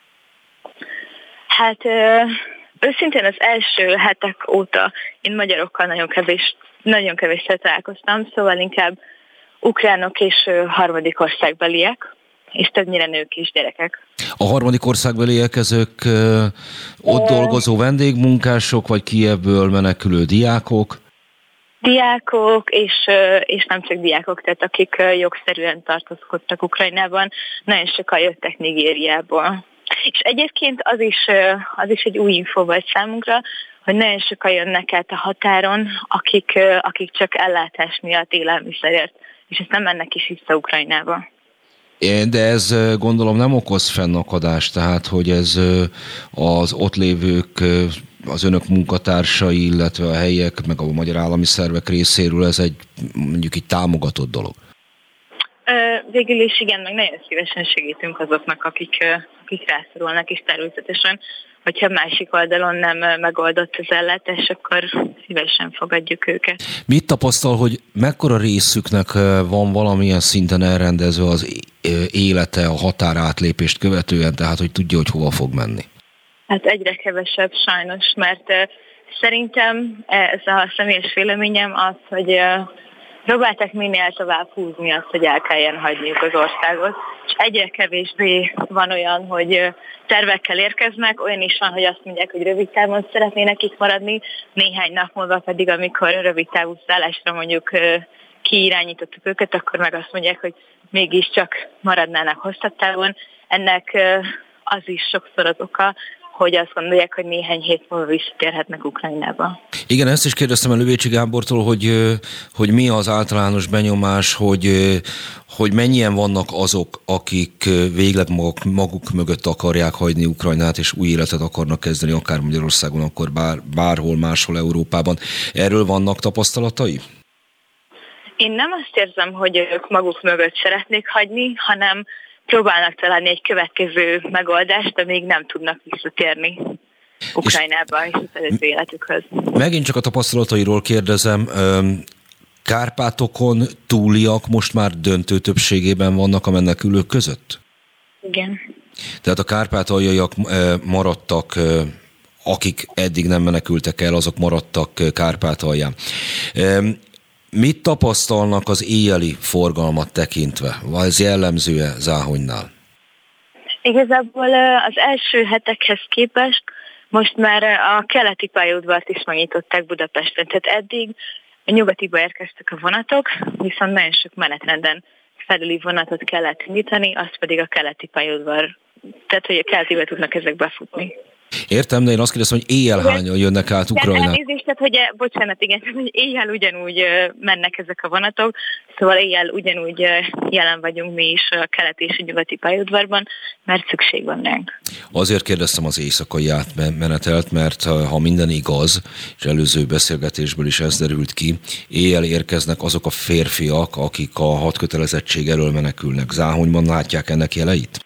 Hát őszintén az első hetek óta én magyarokkal nagyon kevés, nagyon kevésszer találkoztam, szóval inkább ukránok és harmadik országbeliek, és többnyire nők és gyerekek. A harmadik országbeliek ezek ö, ott dolgozó vendégmunkások, vagy Kijevből menekülő diákok? Diákok, és, és nem csak diákok, tehát akik jogszerűen tartózkodtak Ukrajnában, nagyon sokan jöttek Nigériából. És egyébként az is, az is egy új info volt számunkra, hogy nagyon sokan jönnek át a határon, akik, akik csak ellátás miatt élelmiszerért, és ezt nem mennek is vissza Ukrajnába. De ez gondolom nem okoz fennakadást, tehát hogy ez az ott lévők, az önök munkatársai, illetve a helyiek, meg a magyar állami szervek részéről ez egy mondjuk így támogatott dolog. Végül is igen, meg nagyon szívesen segítünk azoknak, akik, akik rászorulnak, és természetesen, hogyha másik oldalon nem megoldott az ellátás, akkor szívesen fogadjuk őket. Mit tapasztal, hogy mekkora részüknek van valamilyen szinten elrendezve az élete a határátlépést követően, tehát hogy tudja, hogy hova fog menni? Hát egyre kevesebb sajnos, mert szerintem ez a személyes véleményem az, hogy próbálták minél tovább húzni azt, hogy el kelljen hagyniuk az országot, és egyre kevésbé van olyan, hogy tervekkel érkeznek, olyan is van, hogy azt mondják, hogy rövid távon szeretnének itt maradni, néhány nap múlva pedig, amikor rövid távú szállásra mondjuk kiirányítottuk őket, akkor meg azt mondják, hogy mégiscsak maradnának hosszabb távon. Ennek az is sokszor az oka, hogy azt gondolják, hogy néhány hét múlva visszatérhetnek Ukrajnába. Igen, ezt is kérdeztem el Lövécsi Gábortól, hogy, hogy mi az általános benyomás, hogy, hogy mennyien vannak azok, akik végleg maguk, maguk mögött akarják hagyni Ukrajnát, és új életet akarnak kezdeni, akár Magyarországon, akkor bár, bárhol máshol Európában. Erről vannak tapasztalatai? Én nem azt érzem, hogy ők maguk mögött szeretnék hagyni, hanem próbálnak találni egy következő megoldást, amíg nem tudnak visszatérni Ukrajnába és, és az előző életükhöz. Megint csak a tapasztalatairól kérdezem, Kárpátokon túliak most már döntő többségében vannak a menekülők között? Igen. Tehát a kárpátaljaiak maradtak, akik eddig nem menekültek el, azok maradtak Kárpátalján. Mit tapasztalnak az éjjeli forgalmat tekintve? Vagy ez jellemző-e Záhonynál? Igazából az első hetekhez képest most már a keleti pályaudvart is megnyitották Budapesten. Tehát eddig a nyugatiba érkeztek a vonatok, viszont nagyon sok menetrenden felüli vonatot kellett indítani, az pedig a keleti pályaudvar, tehát hogy a keletibe tudnak ezek befutni. Értem, de én azt kérdezem, hogy éjjel hányan jönnek át Ukrajnán? Elnézést, tehát hogy bocsánat, igen, hogy éjjel ugyanúgy mennek ezek a vonatok, szóval éjjel ugyanúgy jelen vagyunk mi is a keleti és a nyugati pályaudvarban, mert szükség van ránk. Azért kérdeztem az éjszakai átmenetelt, mert ha minden igaz, és előző beszélgetésből is ez derült ki, éjjel érkeznek azok a férfiak, akik a hadkötelezettség elől menekülnek. Záhonyban látják ennek jeleit?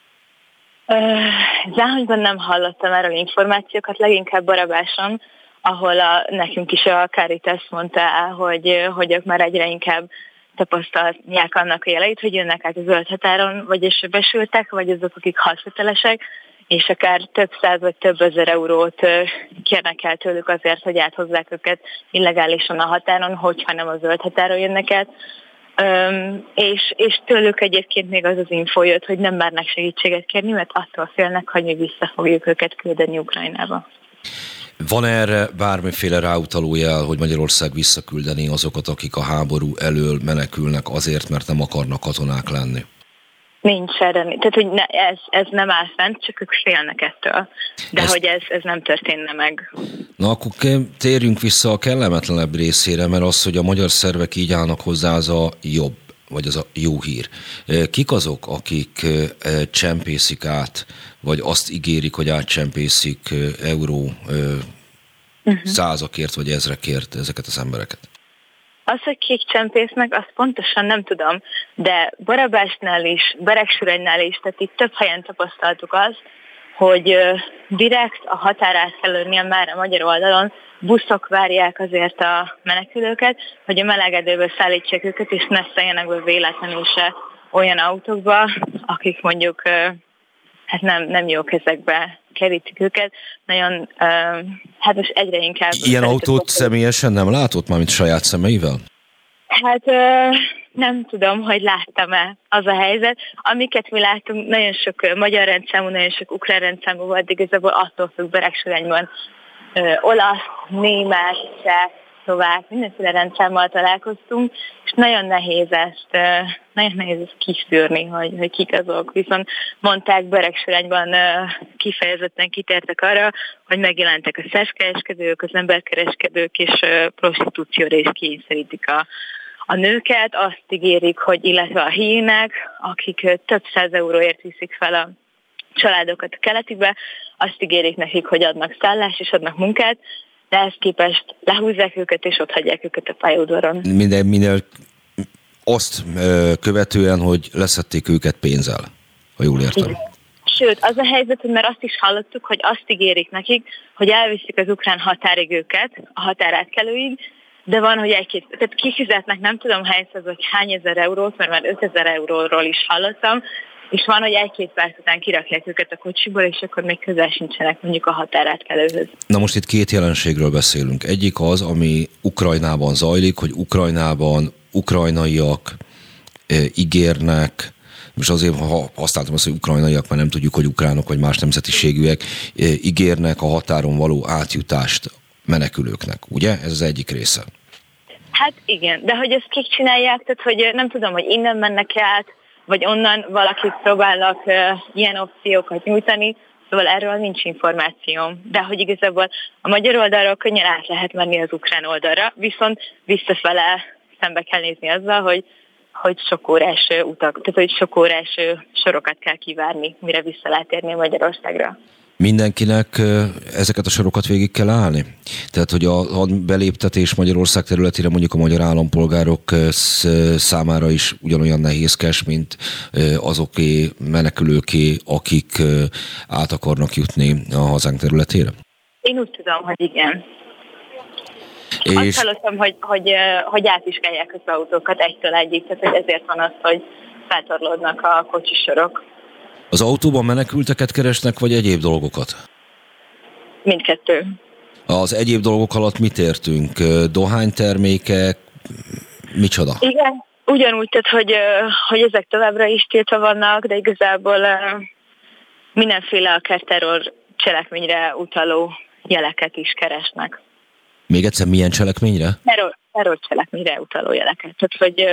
Záhonyban nem hallottam erről információkat, leginkább Barabáson, ahol a, nekünk is a Caritas mondta el, hogy, hogy ők már egyre inkább tapasztalják annak a jeleit, hogy jönnek át a zöld határon, vagy sebesültek, vagy azok, akik hadkötelesek, és akár több száz vagy több ezer eurót kérnek el tőlük azért, hogy áthozzák őket illegálisan a határon, hogyha nem a zöld határon jönnek át. Um, és, és tőlük egyébként még az az info jött, hogy nem mernek segítséget kérni, mert attól félnek, hogy mi vissza fogjuk őket küldeni Ukrajnába. Van erre bármiféle ráutaló jel, hogy Magyarország visszaküldeni azokat, akik a háború elől menekülnek azért, mert nem akarnak katonák lenni? Nincs erre. Tehát, hogy ne, ez, ez nem áll fent, csak ők félnek ettől. De Ezt... hogy ez, ez nem történne meg. Na akkor térjünk vissza a kellemetlenebb részére, mert az, hogy a magyar szervek így állnak hozzá, az a jobb, vagy az a jó hír. Kik azok, akik csempészik át, vagy azt ígérik, hogy átcsempészik euró uh-huh. százakért, vagy ezrekért ezeket az embereket? Az, hogy kik csempésznek, azt pontosan nem tudom, de Barabásnál is, Beregsuránynál is, tehát itt több helyen tapasztaltuk azt, hogy direkt a határátkelőnél már a magyar oldalon buszok várják azért a menekülőket, hogy a melegedőbe szállítsák őket, és ne szálljanak be véletlenül se olyan autókba, akik mondjuk hát nem, nem jó kezekbe kerítik őket. Nagyon, hát most egyre inkább... Ilyen autót személyesen nem látott, mármint saját szemeivel? Hát nem tudom, hogy láttam-e, az a helyzet. Amiket mi láttunk, nagyon sok magyar rendszámú, nagyon sok ukrán rendszámú volt, igazából attól függ Beregsurányban olasz, német, cseh, szlovák, mindenféle rendszámmal találkoztunk, és nagyon nehéz ezt, nagyon nehéz ezt kiszűrni, hogy, hogy kik azok. Viszont mondták, Beregsurányban kifejezetten kitértek arra, hogy megjelentek a szervkereskedők, az emberkereskedők, és prostitúcióra is kényszerítik a, a nőket. Azt ígérik, hogy illetve a hiének, akik több száz euróért viszik fel a családokat a keletibe, azt ígérik nekik, hogy adnak szállást és adnak munkát, de ezt képest lehúzzák őket, és ott hagyják őket a pályaudvaron. Minden, minden azt követően, hogy leszették őket pénzzel, ha jól értem. Igen. Sőt, az a helyzet, hogy már azt is hallottuk, hogy azt ígérik nekik, hogy elviszik az ukrán határig őket, a határátkelőig, de van, hogy egy-két, tehát kifizetnek, nem tudom hányszor, vagy hány ezer eurót, mert már ötezer euróról is hallottam, és van, hogy egy-két perc után kirakják őket a kocsiból, és akkor még közel sincsenek mondjuk a határátkelőhöz. Na most itt két jelenségről beszélünk. Egyik az, ami Ukrajnában zajlik, hogy Ukrajnában ukrajnaiak e, ígérnek, most azért ha használtam azt, hogy ukrajnaiak, mert nem tudjuk, hogy ukránok vagy más nemzetiségűek, e, ígérnek a határon való átjutást menekülőknek, ugye? Ez az egyik része. Hát igen, de hogy ezt kik csinálják, tehát hogy nem tudom, hogy innen mennek át, vagy onnan valakit próbálnak uh, ilyen opciókat nyújtani, szóval erről nincs információm. De hogy igazából a magyar oldalról könnyen át lehet menni az ukrán oldalra, viszont visszafele szembe kell nézni azzal, hogy, hogy sok órás utak, tehát hogy sok órás sorokat kell kivárni, mire vissza lehet érni Magyarországra. Mindenkinek ezeket a sorokat végig kell állni? Tehát, hogy a, a beléptetés Magyarország területére mondjuk a magyar állampolgárok számára is ugyanolyan nehézkes, mint azoké menekülőké, akik át akarnak jutni a hazánk területére? Én úgy tudom, hogy igen. És... Azt hallottam, hogy, hogy, hogy át is kellják az autókat egytől egyik, tehát hogy ezért van az, hogy feltorlódnak a kocsisorok. Az autóban menekülteket keresnek, vagy egyéb dolgokat? Mindkettő. Az egyéb dolgok alatt mit értünk? Dohánytermékek, micsoda? Igen, ugyanúgy, tehát, hogy, hogy ezek továbbra is tiltva vannak, de igazából mindenféle akár terror cselekményre utaló jeleket is keresnek. Még egyszer, milyen cselekményre? Terror, terror cselekményre utaló jeleket. Tehát, hogy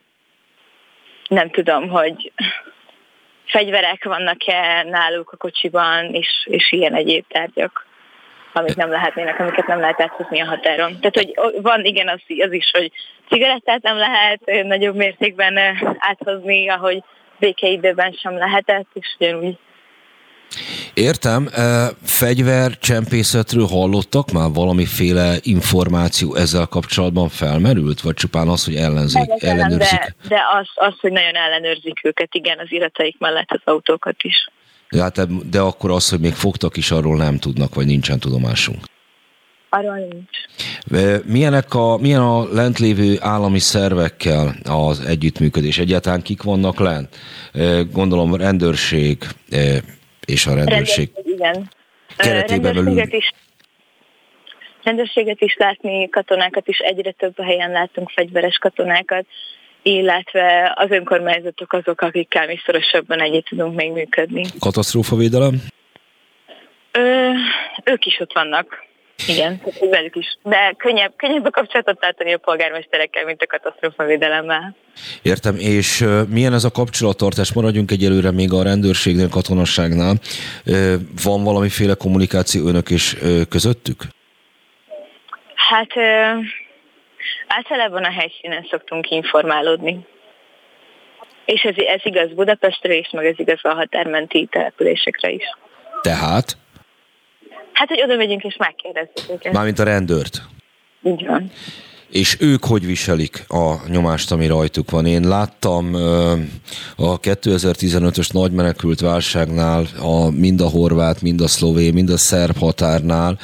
nem tudom, hogy fegyverek vannak-e náluk a kocsiban, és, és ilyen egyéb tárgyak, amik nem lehetnének, amiket nem lehet áthozni a határon. Tehát, hogy van igen az, az is, hogy cigarettát nem lehet nagyobb mértékben áthozni, ahogy békeidőben sem lehetett, és ugyanúgy. Értem. Fegyvercsempészetről hallottak már? Valamiféle információ ezzel kapcsolatban felmerült? Vagy csupán az, hogy ellenzék, ellenőrzik? De, de az, az, hogy nagyon ellenőrzik őket, igen, az irataik mellett az autókat is. De, hát, de akkor az, hogy még fogtak is, arról nem tudnak, vagy nincsen tudomásunk. Arról nincs. Milyenek a, milyen a lent lévő állami szervekkel az együttműködés? Egyáltalán kik vannak lent? Gondolom rendőrség és a rendőrség, rendőrség igen. keretében belül. Is, rendőrséget is látni, katonákat is, egyre több helyen látunk fegyveres katonákat, illetve az önkormányzatok azok, akikkel mi szorosabban együtt tudunk még működni. Katasztrófavédelem? Ö, ők is ott vannak. Igen, velük is. De könnyebb, könnyebb a kapcsolatot tartani a polgármesterekkel, mint a katasztrófavédelemmel. Értem, és milyen ez a kapcsolattartás? Maradjunk egyelőre még a rendőrségnél, katonasságnál. Van valamiféle kommunikáció önök és közöttük? Hát általában a helyszínen szoktunk informálódni. És ez, ez igaz Budapestre is, meg ez igaz a határmenti településekre is. Tehát? Hát, hogy oda megyünk és megkérdezzük őket. Mármint a rendőrt? Így van. És ők hogy viselik a nyomást, ami rajtuk van? Én láttam a kétezer-tizenötös nagy menekült válságnál, a, mind a horvát, mind a szlovén, mind a szerb határnál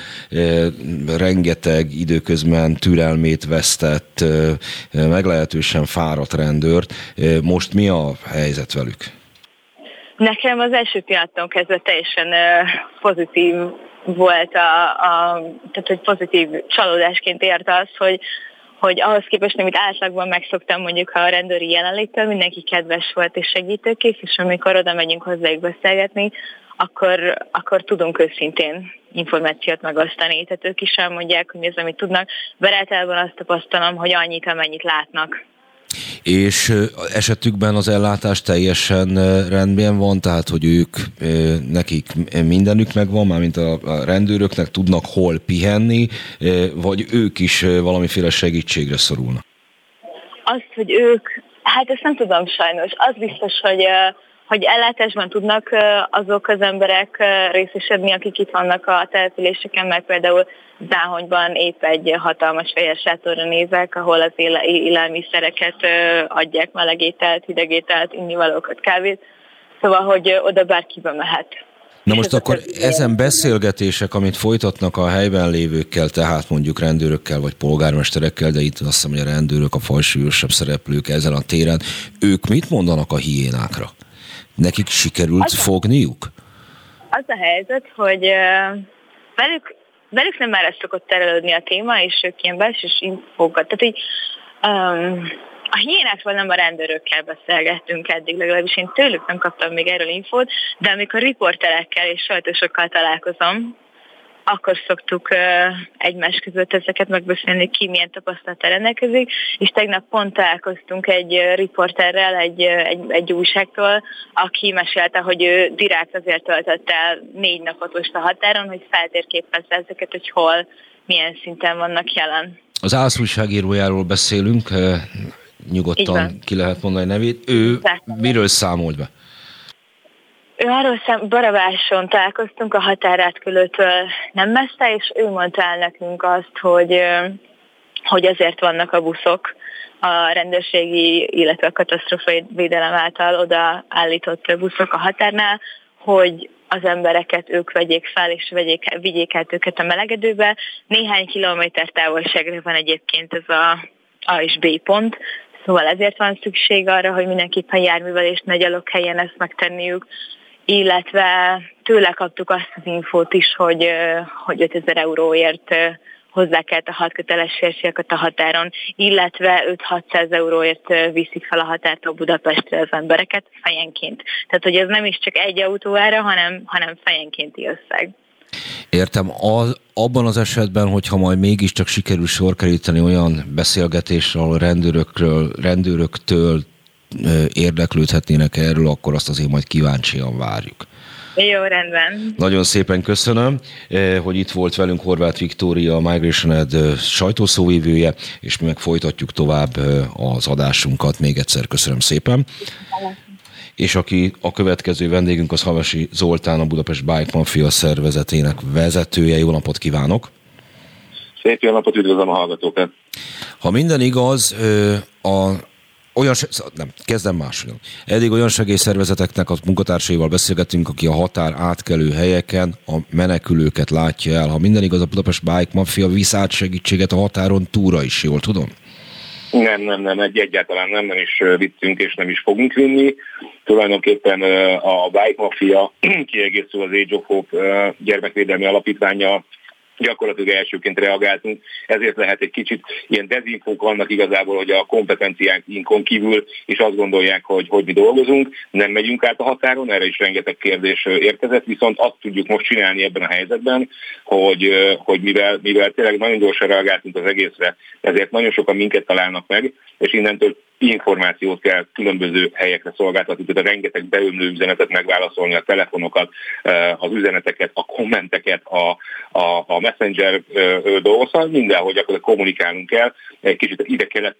rengeteg időközben türelmét vesztett, meglehetősen fáradt rendőrt. Most mi a helyzet velük? Nekem az első pillanattól kezdve teljesen pozitív volt, a, a, tehát hogy pozitív csalódásként érte az, hogy, hogy ahhoz képest, amit átlagban megszoktam mondjuk a rendőri jelenléttel, mindenki kedves volt és segítőkész, és amikor oda megyünk hozzájuk beszélgetni, akkor, akkor tudunk őszintén információt megosztani. Tehát ők is elmondják, hogy mi az, amit tudnak, de általában azt tapasztalom, hogy annyit, amennyit látnak. És esetükben az ellátás teljesen rendben van, tehát hogy ők, nekik mindenük megvan, mármint a rendőröknek tudnak hol pihenni, vagy ők is valamiféle segítségre szorulnak? Azt, hogy ők, hát ezt nem tudom sajnos. Az biztos, hogy, hogy ellátásban tudnak azok az emberek részesedni, akik itt vannak a településeken, mert például Záhonyban épp egy hatalmas fejes sátorra nézek, ahol az élelmiszereket adják, melegételt, hidegételt, innivalókat, kávét. Szóval, hogy oda bárki bemehet. Na most akkor ezen beszélgetések, amit folytatnak a helyben lévőkkel, tehát mondjuk rendőrökkel vagy polgármesterekkel, de itt azt hiszem, hogy a rendőrök a fajsúlyosabb szereplők ezen a téren, ők mit mondanak a hiénákra? Nekik sikerült az fogniuk? Az a helyzet, hogy velük, velük nem már ez szokott terelődni a téma, és ők ilyen belsős infókat. Tehát így um, a hiénákról nem a rendőrökkel beszélgettünk eddig, legalábbis én tőlük nem kaptam még erről infót, de amikor riporterekkel és sajtósokkal találkozom, akkor szoktuk uh, egymás között ezeket megbeszélni, ki milyen tapasztalattal rendelkezik, és tegnap pont találkoztunk egy uh, riporterrel, egy, uh, egy, egy újságtól, aki mesélte, hogy ő direkt azért töltött el négy napot most a határon, hogy feltérképezze ezeket, hogy hol, milyen szinten vannak jelen. Az ÁSZ újságírójáról beszélünk, nyugodtan ki lehet mondani nevét. Ő miről számolt be? Ő arról szám, Baraváson találkoztunk a határátkelőtől nem messze, és ő mondta el nekünk azt, hogy, hogy azért vannak a buszok a rendőrségi, illetve a katasztrófai védelem által odaállított buszok a határnál, hogy az embereket ők vegyék fel, és vegyék, vigyék át őket a melegedőbe. Néhány kilométer távolságra van egyébként ez a A és B pont, szóval ezért van szükség arra, hogy mindenképpen járművel és ne gyaloghelyen ezt megtenniük, illetve tőle kaptuk azt az infót is, hogy, hogy ötezer euróért hozzák el a hat köteles férfiakat a határon, illetve öt-hatszáz euróért viszik fel a határtól Budapestre az embereket fejenként. Tehát, hogy ez nem is csak egy autóára, hanem, hanem fejenkénti összeg. Értem, az, abban az esetben, hogyha majd mégiscsak sikerül sor keríteni olyan beszélgetésre, ahol rendőrökről, rendőröktől érdeklődhetnének erről, akkor azt azért majd kíváncsian várjuk. Jó, rendben. Nagyon szépen köszönöm, hogy itt volt velünk Horváth Viktória, a Migration Ed sajtószóvivője, és mi meg folytatjuk tovább az adásunkat. Még egyszer köszönöm szépen. És aki a következő vendégünk, az Havasi Zoltán, a Budapest Bike Mafia szervezetének vezetője. Jó napot kívánok! Szép jó napot, üdvözlöm a hallgatókat! Ha minden igaz, a olyan, nem, kezdem máshogy. Eddig olyan segélyszervezeteknek a munkatársaival beszélgettünk, aki a határ átkelő helyeken a menekülőket látja el. Ha minden igaz, a Budapest Bike Mafia visz át segítséget a határon túra is, jól tudom? Nem, nem, nem, egy egyáltalán nem, nem is vittünk és nem is fogunk vinni. Tulajdonképpen a Bike Mafia kiegészül az Age of Hope gyermekvédelmi alapítványa, gyakorlatilag elsőként reagáltunk, ezért lehet egy kicsit ilyen dezinfók vannak igazából, hogy a kompetenciánkon kívül is azt gondolják, hogy, hogy mi dolgozunk, nem megyünk át a határon, erre is rengeteg kérdés érkezett, viszont azt tudjuk most csinálni ebben a helyzetben, hogy, hogy mivel, mivel tényleg nagyon gyorsan reagáltunk az egészre, ezért nagyon sokan minket találnak meg, és innentől információt kell különböző helyekre szolgáltatni, tehát a rengeteg beömlő üzenetet megválaszolni, a telefonokat, az üzeneteket, a kommenteket, a, a, a messenger dolgozzal, mindenhogy akkor kommunikálnunk kell. Egy kicsit ide kellett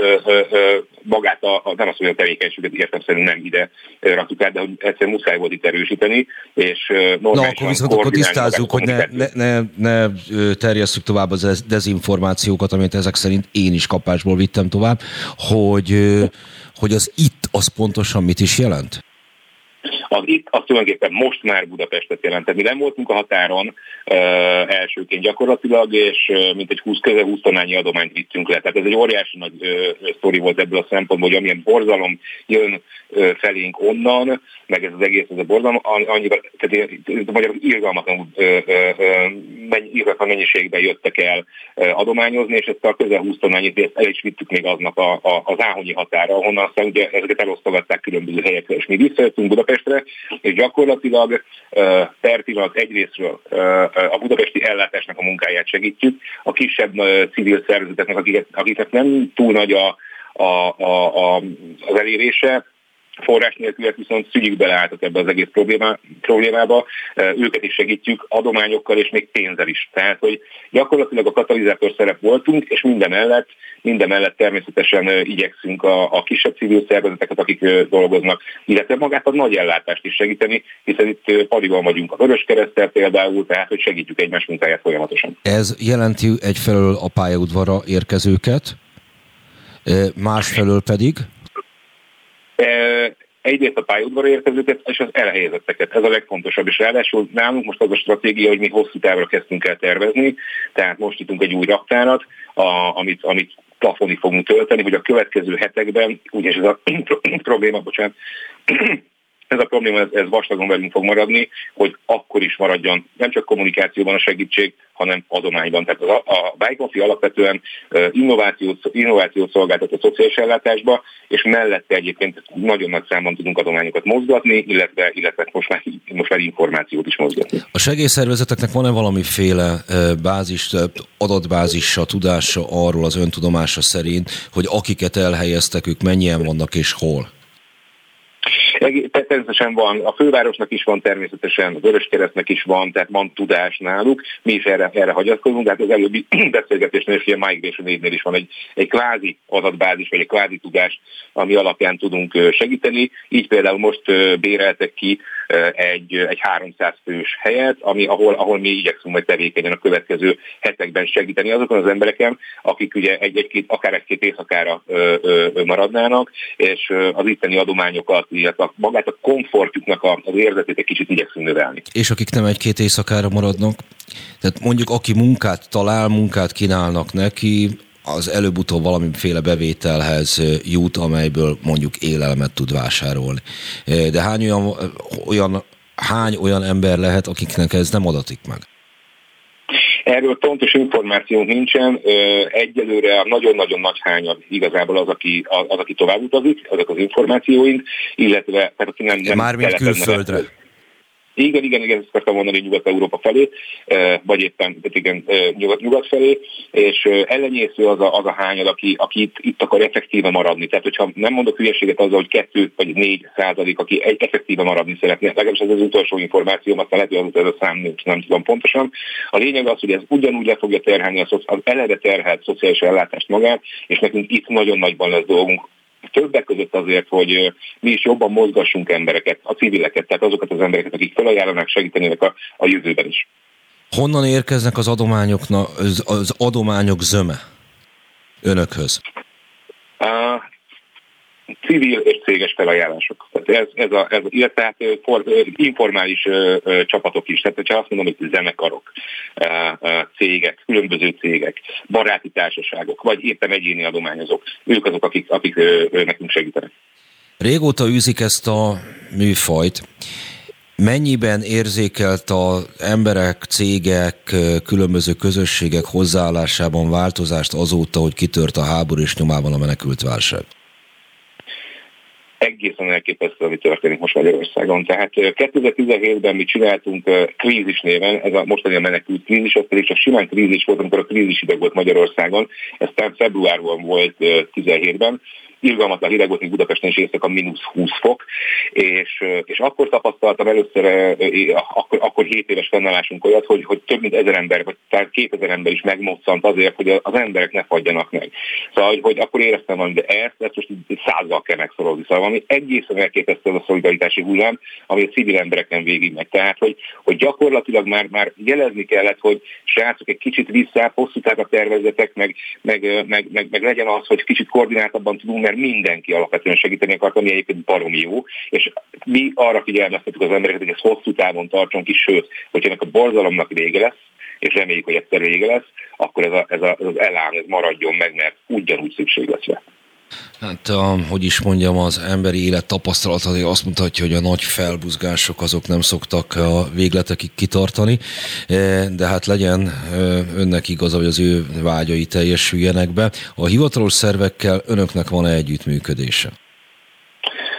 magát, a, a, nem azt mondja, a tevékenységet értem szerint nem ide raktuk át, de hogy egyszerűen muszáj volt itt erősíteni, és normálisan. Na, akkor viszont akkor tisztázzuk, hogy ne, ne, ne, ne terjesszük tovább az dezinformációkat, amit ezek szerint én is kapásból vittem tovább, hogy hogy az itt az pontosan mit is jelent? Az itt az tulajdonképpen most már Budapestet jelent. Tehát mi nem voltunk a határon uh, elsőként gyakorlatilag, és uh, mint egy húsz közel húsz tonnányi adományt vittünk le. Tehát ez egy óriási nagy uh, sztori volt ebből a szempontból, hogy amilyen borzalom jön uh, felénk onnan, meg ez az egész, ez a borzalom, annyira, tehát magyarul irgalmatlan uh, uh, mennyiségben jöttek el uh, adományozni, és ezt a közel húsz tonnányit el is vittük még aznap a, a, az áhonyi határa, ahonnan aztán ugye ezeket elosztogatták különböző helyekre, és mi visszajöttünk Budapestre, és gyakorlatilag uh, per pillanat egyrésztről uh, a budapesti ellátásnak a munkáját segítjük, a kisebb uh, civil szervezeteknek, akiket, akiknek nem túl nagy a, a, a, a, az elérése. Forrás nélkül viszont szügyük beleálltak ebbe az egész problémá, problémába, őket is segítjük adományokkal és még pénzzel is. Tehát, hogy gyakorlatilag a katalizátor szerep voltunk, és minden mellett, minden mellett természetesen igyekszünk a, a kisebb civil szervezeteket, akik dolgoznak, illetve magát a nagy ellátást is segíteni, hiszen itt pariban vagyunk a Vöröskereszttel például, tehát, hogy segítjük egymás munkáját folyamatosan. Ez jelenti egyfelől a pályaudvarra érkezőket, másfelől pedig? Egyrészt a pályaudvarra érkezőket és az elhelyezetteket. Ez a legfontosabb, és ráadásul nálunk most az a stratégia, hogy mi hosszú távra kezdtünk el tervezni, tehát most nyitunk egy új raktárat, a, amit, amit plafonig fogunk tölteni, hogy a következő hetekben, úgyis ez a probléma, bocsánat, ez a probléma, ez, ez vastagon velünk fog maradni, hogy akkor is maradjon nem csak kommunikációban a segítség, hanem adományban. Tehát a, a Bike Mafia alapvetően innovációt, innovációt szolgáltat a szociális ellátásba, és mellette egyébként nagyon nagy számban tudunk adományokat mozgatni, illetve, illetve most, már, most már információt is mozgatni. A segélyszervezeteknek van-e valamiféle bázis, adatbázisa, tudása arról az öntudomása szerint, hogy akiket elhelyeztek, ők mennyien vannak és hol? Természetesen van, a fővárosnak is van, természetesen a Vöröskeresztnek is van, tehát van tudás náluk, mi is erre, erre hagyatkozunk, de hát az előbbi beszélgetésnél és ilyen Migration négynél is van egy, egy kvázi adatbázis, vagy egy kvázi tudás, ami alapján tudunk segíteni. Így például most béreltek ki egy, egy háromszáz fős helyet, ami, ahol, ahol mi igyekszünk majd tevékenyen a következő hetekben segíteni azokon az embereken, akik ugye egy-egy, akár egy-két éjszakára ö, ö, maradnának, és az itteni adományokat, illetve magát a komfortjuknak az érzetét egy kicsit igyekszünk növelni. És akik nem egy-két éjszakára maradnak, tehát mondjuk aki munkát talál, munkát kínálnak neki, az előbb-utóbb valamiféle bevételhez jut, amelyből mondjuk élelmet tud vásárolni. De hány olyan, olyan, hány olyan ember lehet, akiknek ez nem adatik meg? Erről pontos információnk nincsen. Egyelőre nagyon-nagyon nagy hányad igazából az, aki, az, aki tovább utazik, azok az információink, illetve... Tehát, nem, nem Mármint külföldre. Nevet. Igen, igen, igen, ezt akartam mondani Nyugat-Európa felé, vagy éppen igen, nyugat, nyugat felé, és ellenyésző az a, az a hányad, aki, aki itt, itt akar effektíve maradni. Tehát, hogyha nem mondok hülyeséget azzal, hogy kettő vagy négy százalék, aki egy effektíve maradni szeretné, legalábbis ez az utolsó információ, aztán lehet, hogy az, az a szám nem, nem tudom pontosan. A lényeg az, hogy ez ugyanúgy le fogja terhelni az, az eleve terhelt szociális ellátást magát, és nekünk itt nagyon nagyban lesz dolgunk. Többek között azért, hogy mi is jobban mozgassunk embereket, a civileket, tehát azokat az embereket, akik felajánlanak, segítenének a, a jövőben is. Honnan érkeznek az adományoknak, az, az adományok zöme önökhöz? Uh, civil és céges felajánlások. Tehát ez, ez a, ez, illetve hát for, informális uh, uh, csapatok is. Tehát ha azt mondom, hogy zenekarok, uh, uh, cégek, különböző cégek, baráti társaságok, vagy éppen egyéni adományozók, ők azok, akik, akik uh, uh, nekünk segítenek. Régóta űzik ezt a műfajt. Mennyiben érzékelt az emberek, cégek, különböző közösségek hozzáállásában változást azóta, hogy kitört a háború és nyomában a menekült válság? Egészen elképesztő, ami történik most Magyarországon. Tehát kétezer-tizenhétben mi csináltunk krízis néven, ez a mostani a menekült krízis, az pedig csak simán krízis volt, amikor a krízis ideg volt Magyarországon, ez tehát februárban volt tizenhétben, irgalmatlan hideg volt, még Budapesten is éjszaka mínusz húsz fok, és, és akkor tapasztaltam először, akkor, akkor hét éves fennállásunk olyat, hogy, hogy több mint ezer ember, vagy talán kétezer ember is megmoccant azért, hogy az emberek ne fagyjanak meg. Szóval, hogy, hogy akkor éreztem valami, de ezt, ezt most százzal kell megszorozni. Szóval valami egészen elképesztő az a szolidaritási hullám, ami a civil embereken végig megy. Tehát, hogy, hogy gyakorlatilag már, már jelezni kellett, hogy srácok egy kicsit vissza, hosszú távra tervezetek, meg, meg, meg, meg, meg legyen az, hogy kicsit koordináltabban tudunk, mert mindenki alapvetően segíteni akart, ami egyébként baromi jó, és mi arra figyelmeztetjük az embereket, hogy ez hosszú távon tartson ki, sőt, hogyha ennek a borzalomnak vége lesz, és reméljük, hogy egyszer vége lesz, akkor ez, a, ez, a, ez az elám, ez maradjon meg, mert ugyanúgy szükség lesz rá. Hát, a, hogy is mondjam, az emberi élet tapasztalata azt mutatja, hogy a nagy felbuzgások azok nem szoktak a végletekig kitartani, de hát legyen önnek igaza, hogy az ő vágyai teljesüljenek be. A hivatalos szervekkel önöknek van-e együttműködése?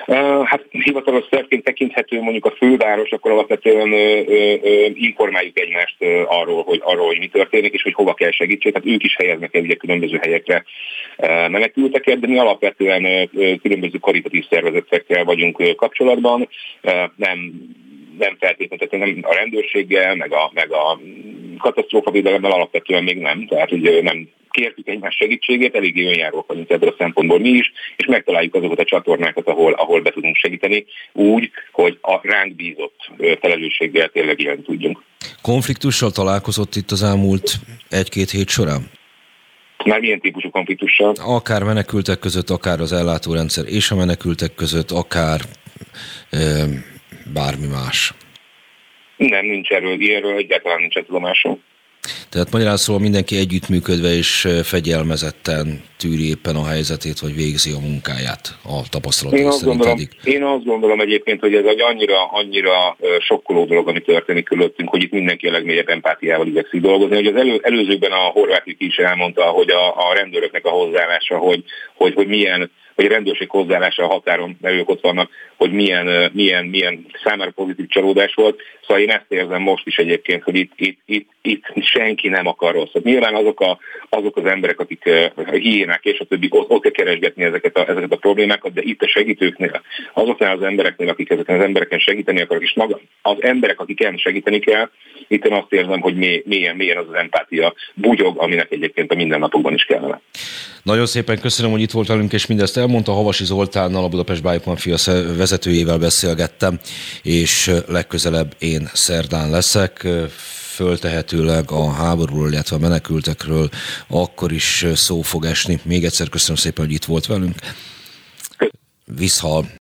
Hát hivatalos szervként tekinthető mondjuk a főváros, akkor alapvetően ö, ö, ö, informáljuk egymást ö, arról, hogy, arról, hogy mi történik, és hogy hova kell segítség. Tehát ők is helyeznek el ugye különböző helyekre ö, menekülteket, de mi alapvetően ö, különböző karitatív szervezetekkel vagyunk ö, kapcsolatban. Ö, nem nem feltétlenül, tehát nem a rendőrséggel, meg a, meg a katasztrófavédelemmel alapvetően még nem, tehát ugye nem kértük egymás segítségét, eléggé önjárók vagyunk ebből a szempontból mi is, és megtaláljuk azokat a csatornákat, ahol, ahol be tudunk segíteni, úgy, hogy a ránk bízott felelősséggel tényleg élni tudjunk. Konfliktussal találkozott itt az elmúlt egy-két hét során? Már milyen típusú konfliktussal? Akár menekültek között, akár az ellátórendszer és a menekültek között, akár e, bármi más. Nem, nincs erről, ilyenről egyáltalán nincsen tudomásom. Tehát magyarán szóval mindenki együttműködve és fegyelmezetten tűri éppen a helyzetét, vagy végzi a munkáját a tapasztalatok szerint eddig. Én azt gondolom egyébként, hogy ez egy annyira, annyira sokkoló dolog, ami történik körülöttünk, hogy itt mindenki a legmélyebb empátiával igyekszik dolgozni. Hogy az elő, előzőben a Horváth is elmondta, hogy a, a rendőröknek a hozzáállása, hogy, hogy, hogy milyen vagy a rendőrség hozzáállása a határon, mert ők ott vannak, hogy milyen, milyen, milyen számára pozitív csalódás volt. Szóval én ezt érzem most is egyébként, hogy itt, itt, itt, itt senki nem akar rosszat. Nyilván azok, a, azok az emberek, akik a hiénák és a többi, ott, ott kell keresgetni ezeket a, ezeket a problémákat, de itt a segítőknél, azoknál az embereknél, akik ezeken az embereken segíteni akarok, és maga az emberek, akiken segíteni kell, itt én azt érzem, hogy mély, mélyen, mélyen az az empátia bugyog, aminek egyébként a mindennapokban is kellene. Nagyon szépen köszönöm, hogy itt volt velünk, és mindezt elmondta. Havasi Zoltánnal, a Budapest Bike Mafia vezetőjével beszélgettem, és legközelebb én szerdán leszek, föltehetőleg a háborúról, illetve a menekültekről akkor is szó fog esni. Még egyszer köszönöm szépen, hogy itt volt velünk. Viszhal!